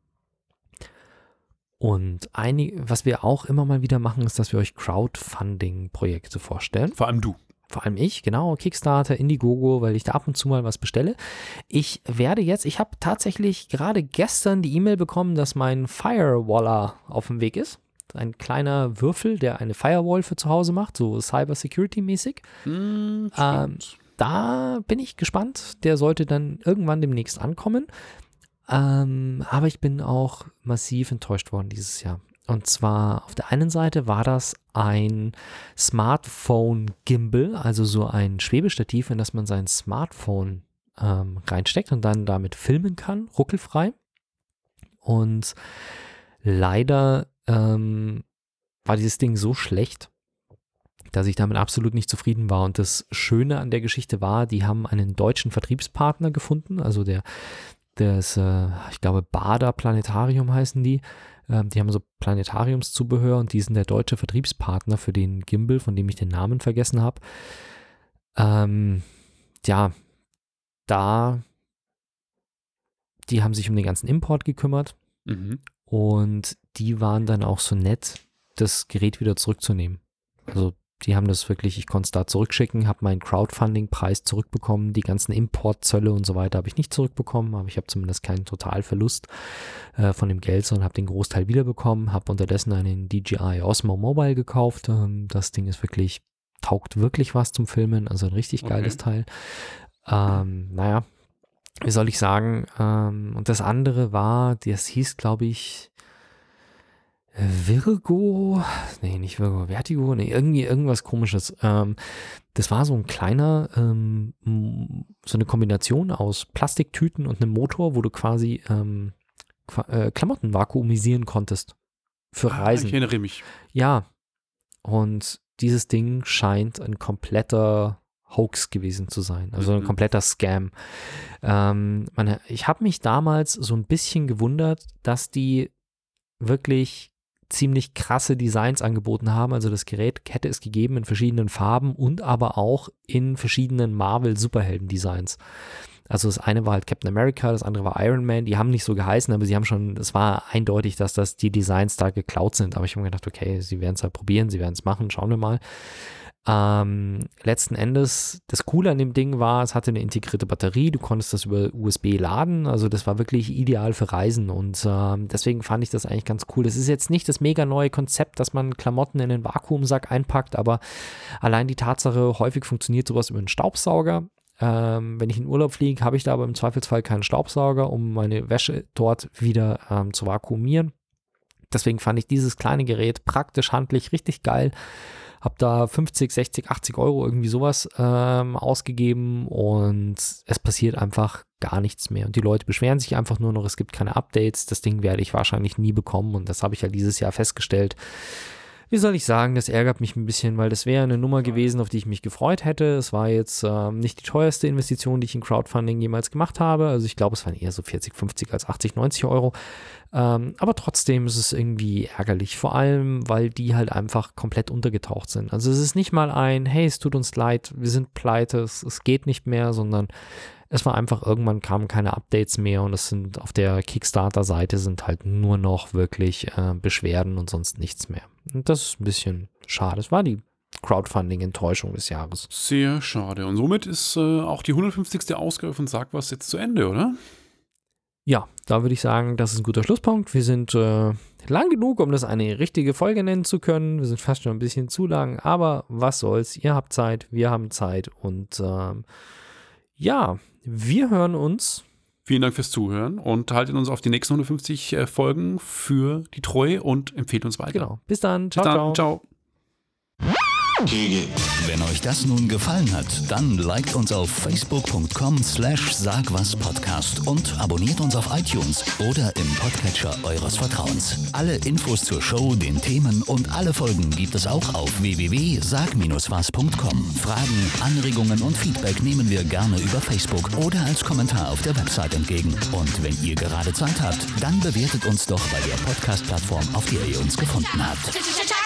Speaker 2: Und einig, was wir auch immer mal wieder machen, ist, dass wir euch Crowdfunding-Projekte vorstellen.
Speaker 3: Vor allem du.
Speaker 2: Vor allem ich, genau, Kickstarter, Indiegogo, weil ich da ab und zu mal was bestelle. Ich werde jetzt, ich habe tatsächlich gerade gestern die E-Mail bekommen, dass mein Firewaller auf dem Weg ist. Ein kleiner Würfel, der eine Firewall für zu Hause macht, so Cyber-Security-mäßig.
Speaker 3: Mm,
Speaker 2: ähm, da bin ich gespannt. Der sollte dann irgendwann demnächst ankommen. Ähm, aber ich bin auch massiv enttäuscht worden dieses Jahr. Und zwar auf der einen Seite war das ein Smartphone-Gimbal, also so ein Schwebestativ, in das man sein Smartphone ähm, reinsteckt und dann damit filmen kann, ruckelfrei. Und leider ähm, war dieses Ding so schlecht, dass ich damit absolut nicht zufrieden war. Und das Schöne an der Geschichte war, die haben einen deutschen Vertriebspartner gefunden, also der Das, äh, ich glaube, Bader Planetarium heißen die. Ähm, die haben so Planetariumszubehör und die sind der deutsche Vertriebspartner für den Gimbal, von dem ich den Namen vergessen habe. Ähm, ja, da, die haben sich um den ganzen Import gekümmert
Speaker 3: Mhm.
Speaker 2: und die waren dann auch so nett, das Gerät wieder zurückzunehmen. Also die haben das wirklich, ich konnte es da zurückschicken, habe meinen Crowdfunding-Preis zurückbekommen, die ganzen Importzölle und so weiter habe ich nicht zurückbekommen, aber ich habe zumindest keinen Totalverlust äh, von dem Geld, sondern habe den Großteil wiederbekommen, habe unterdessen einen D J I Osmo Mobile gekauft. Ähm, das Ding ist wirklich, taugt wirklich was zum Filmen, also ein richtig geiles
Speaker 3: Okay.
Speaker 2: Teil. Ähm, naja, wie soll ich sagen, ähm, und das andere war, das hieß, glaube ich, Virgo, nee, nicht Virgo, Vertigo, nee, irgendwie irgendwas Komisches. Ähm, das war so ein kleiner, ähm, so eine Kombination aus Plastiktüten und einem Motor, wo du quasi ähm, Qua- äh, Klamotten vakuumisieren konntest für
Speaker 3: Ah,
Speaker 2: Reisen.
Speaker 3: ich erinnere mich.
Speaker 2: Ja, und dieses Ding scheint ein kompletter Hoax gewesen zu sein, also ein
Speaker 3: Mhm.
Speaker 2: kompletter Scam. Ähm, man, ich habe mich damals so ein bisschen gewundert, dass die wirklich ziemlich krasse Designs angeboten haben. Also das Gerät hätte es gegeben in verschiedenen Farben und aber auch in verschiedenen Marvel-Superhelden-Designs. Also das eine war halt Captain America, das andere war Iron Man. Die haben nicht so geheißen, aber sie haben schon, es war eindeutig, dass das die Designs da geklaut sind. Aber ich habe mir gedacht, okay, sie werden es halt probieren, sie werden es machen, schauen wir mal. Ähm, letzten Endes, das Coole an dem Ding war, es hatte eine integrierte Batterie, du konntest das über U S B laden, also das war wirklich ideal für Reisen und ähm, deswegen fand ich das eigentlich ganz cool. Das ist jetzt nicht das mega neue Konzept, dass man Klamotten in den Vakuumsack einpackt, aber allein die Tatsache, häufig funktioniert sowas über einen Staubsauger. Ähm, wenn ich in Urlaub fliege, habe ich da aber im Zweifelsfall keinen Staubsauger, um meine Wäsche dort wieder ähm, zu vakuumieren. Deswegen fand ich dieses kleine Gerät praktisch, handlich, richtig geil. Habe da fünfzig, sechzig, achtzig Euro irgendwie sowas ähm, ausgegeben und es passiert einfach gar nichts mehr. Und die Leute beschweren sich einfach nur noch, es gibt keine Updates. Das Ding werde ich wahrscheinlich nie bekommen und das habe ich ja dieses Jahr festgestellt. Wie soll ich sagen, das ärgert mich ein bisschen, weil das wäre eine Nummer gewesen, auf die ich mich gefreut hätte. Es war jetzt ähm, nicht die teuerste Investition, die ich in Crowdfunding jemals gemacht habe. Also ich glaube, es waren eher so vierzig, fünfzig als achtzig, neunzig Euro. Ähm, aber trotzdem ist es irgendwie ärgerlich, vor allem, weil die halt einfach komplett untergetaucht sind. Also es ist nicht mal ein, hey, es tut uns leid, wir sind pleite, es, es geht nicht mehr, sondern es war einfach, irgendwann kamen keine Updates mehr und es sind auf der Kickstarter-Seite sind halt nur noch wirklich äh, Beschwerden und sonst nichts mehr. Und das ist ein bisschen schade. Es war die Crowdfunding-Enttäuschung des Jahres.
Speaker 3: Sehr schade. Und somit ist äh, auch die hundertfünfzigste Ausgabe von Sag was jetzt zu Ende, oder?
Speaker 2: Ja, da würde ich sagen, das ist ein guter Schlusspunkt. Wir sind äh, lang genug, um das eine richtige Folge nennen zu können. Wir sind fast schon ein bisschen zu lang, aber was soll's. Ihr habt Zeit, wir haben Zeit und ähm, ja, wir hören uns.
Speaker 3: Vielen Dank fürs Zuhören und haltet uns auf die nächsten hundertfünfzig äh, Folgen für die Treue und empfehlt uns weiter.
Speaker 2: Genau. Bis dann. Ciao,
Speaker 3: Bis dann.
Speaker 2: ciao.
Speaker 3: Ciao.
Speaker 5: Wenn euch das nun gefallen hat, dann liked uns auf facebook.com slash sagwaspodcast und abonniert uns auf iTunes oder im Podcatcher eures Vertrauens. Alle Infos zur Show, den Themen und alle Folgen gibt es auch auf w w w punkt sag was punkt com. Fragen, Anregungen und Feedback nehmen wir gerne über Facebook oder als Kommentar auf der Website entgegen. Und wenn ihr gerade Zeit habt, dann bewertet uns doch bei der Podcast-Plattform, auf der ihr uns gefunden habt.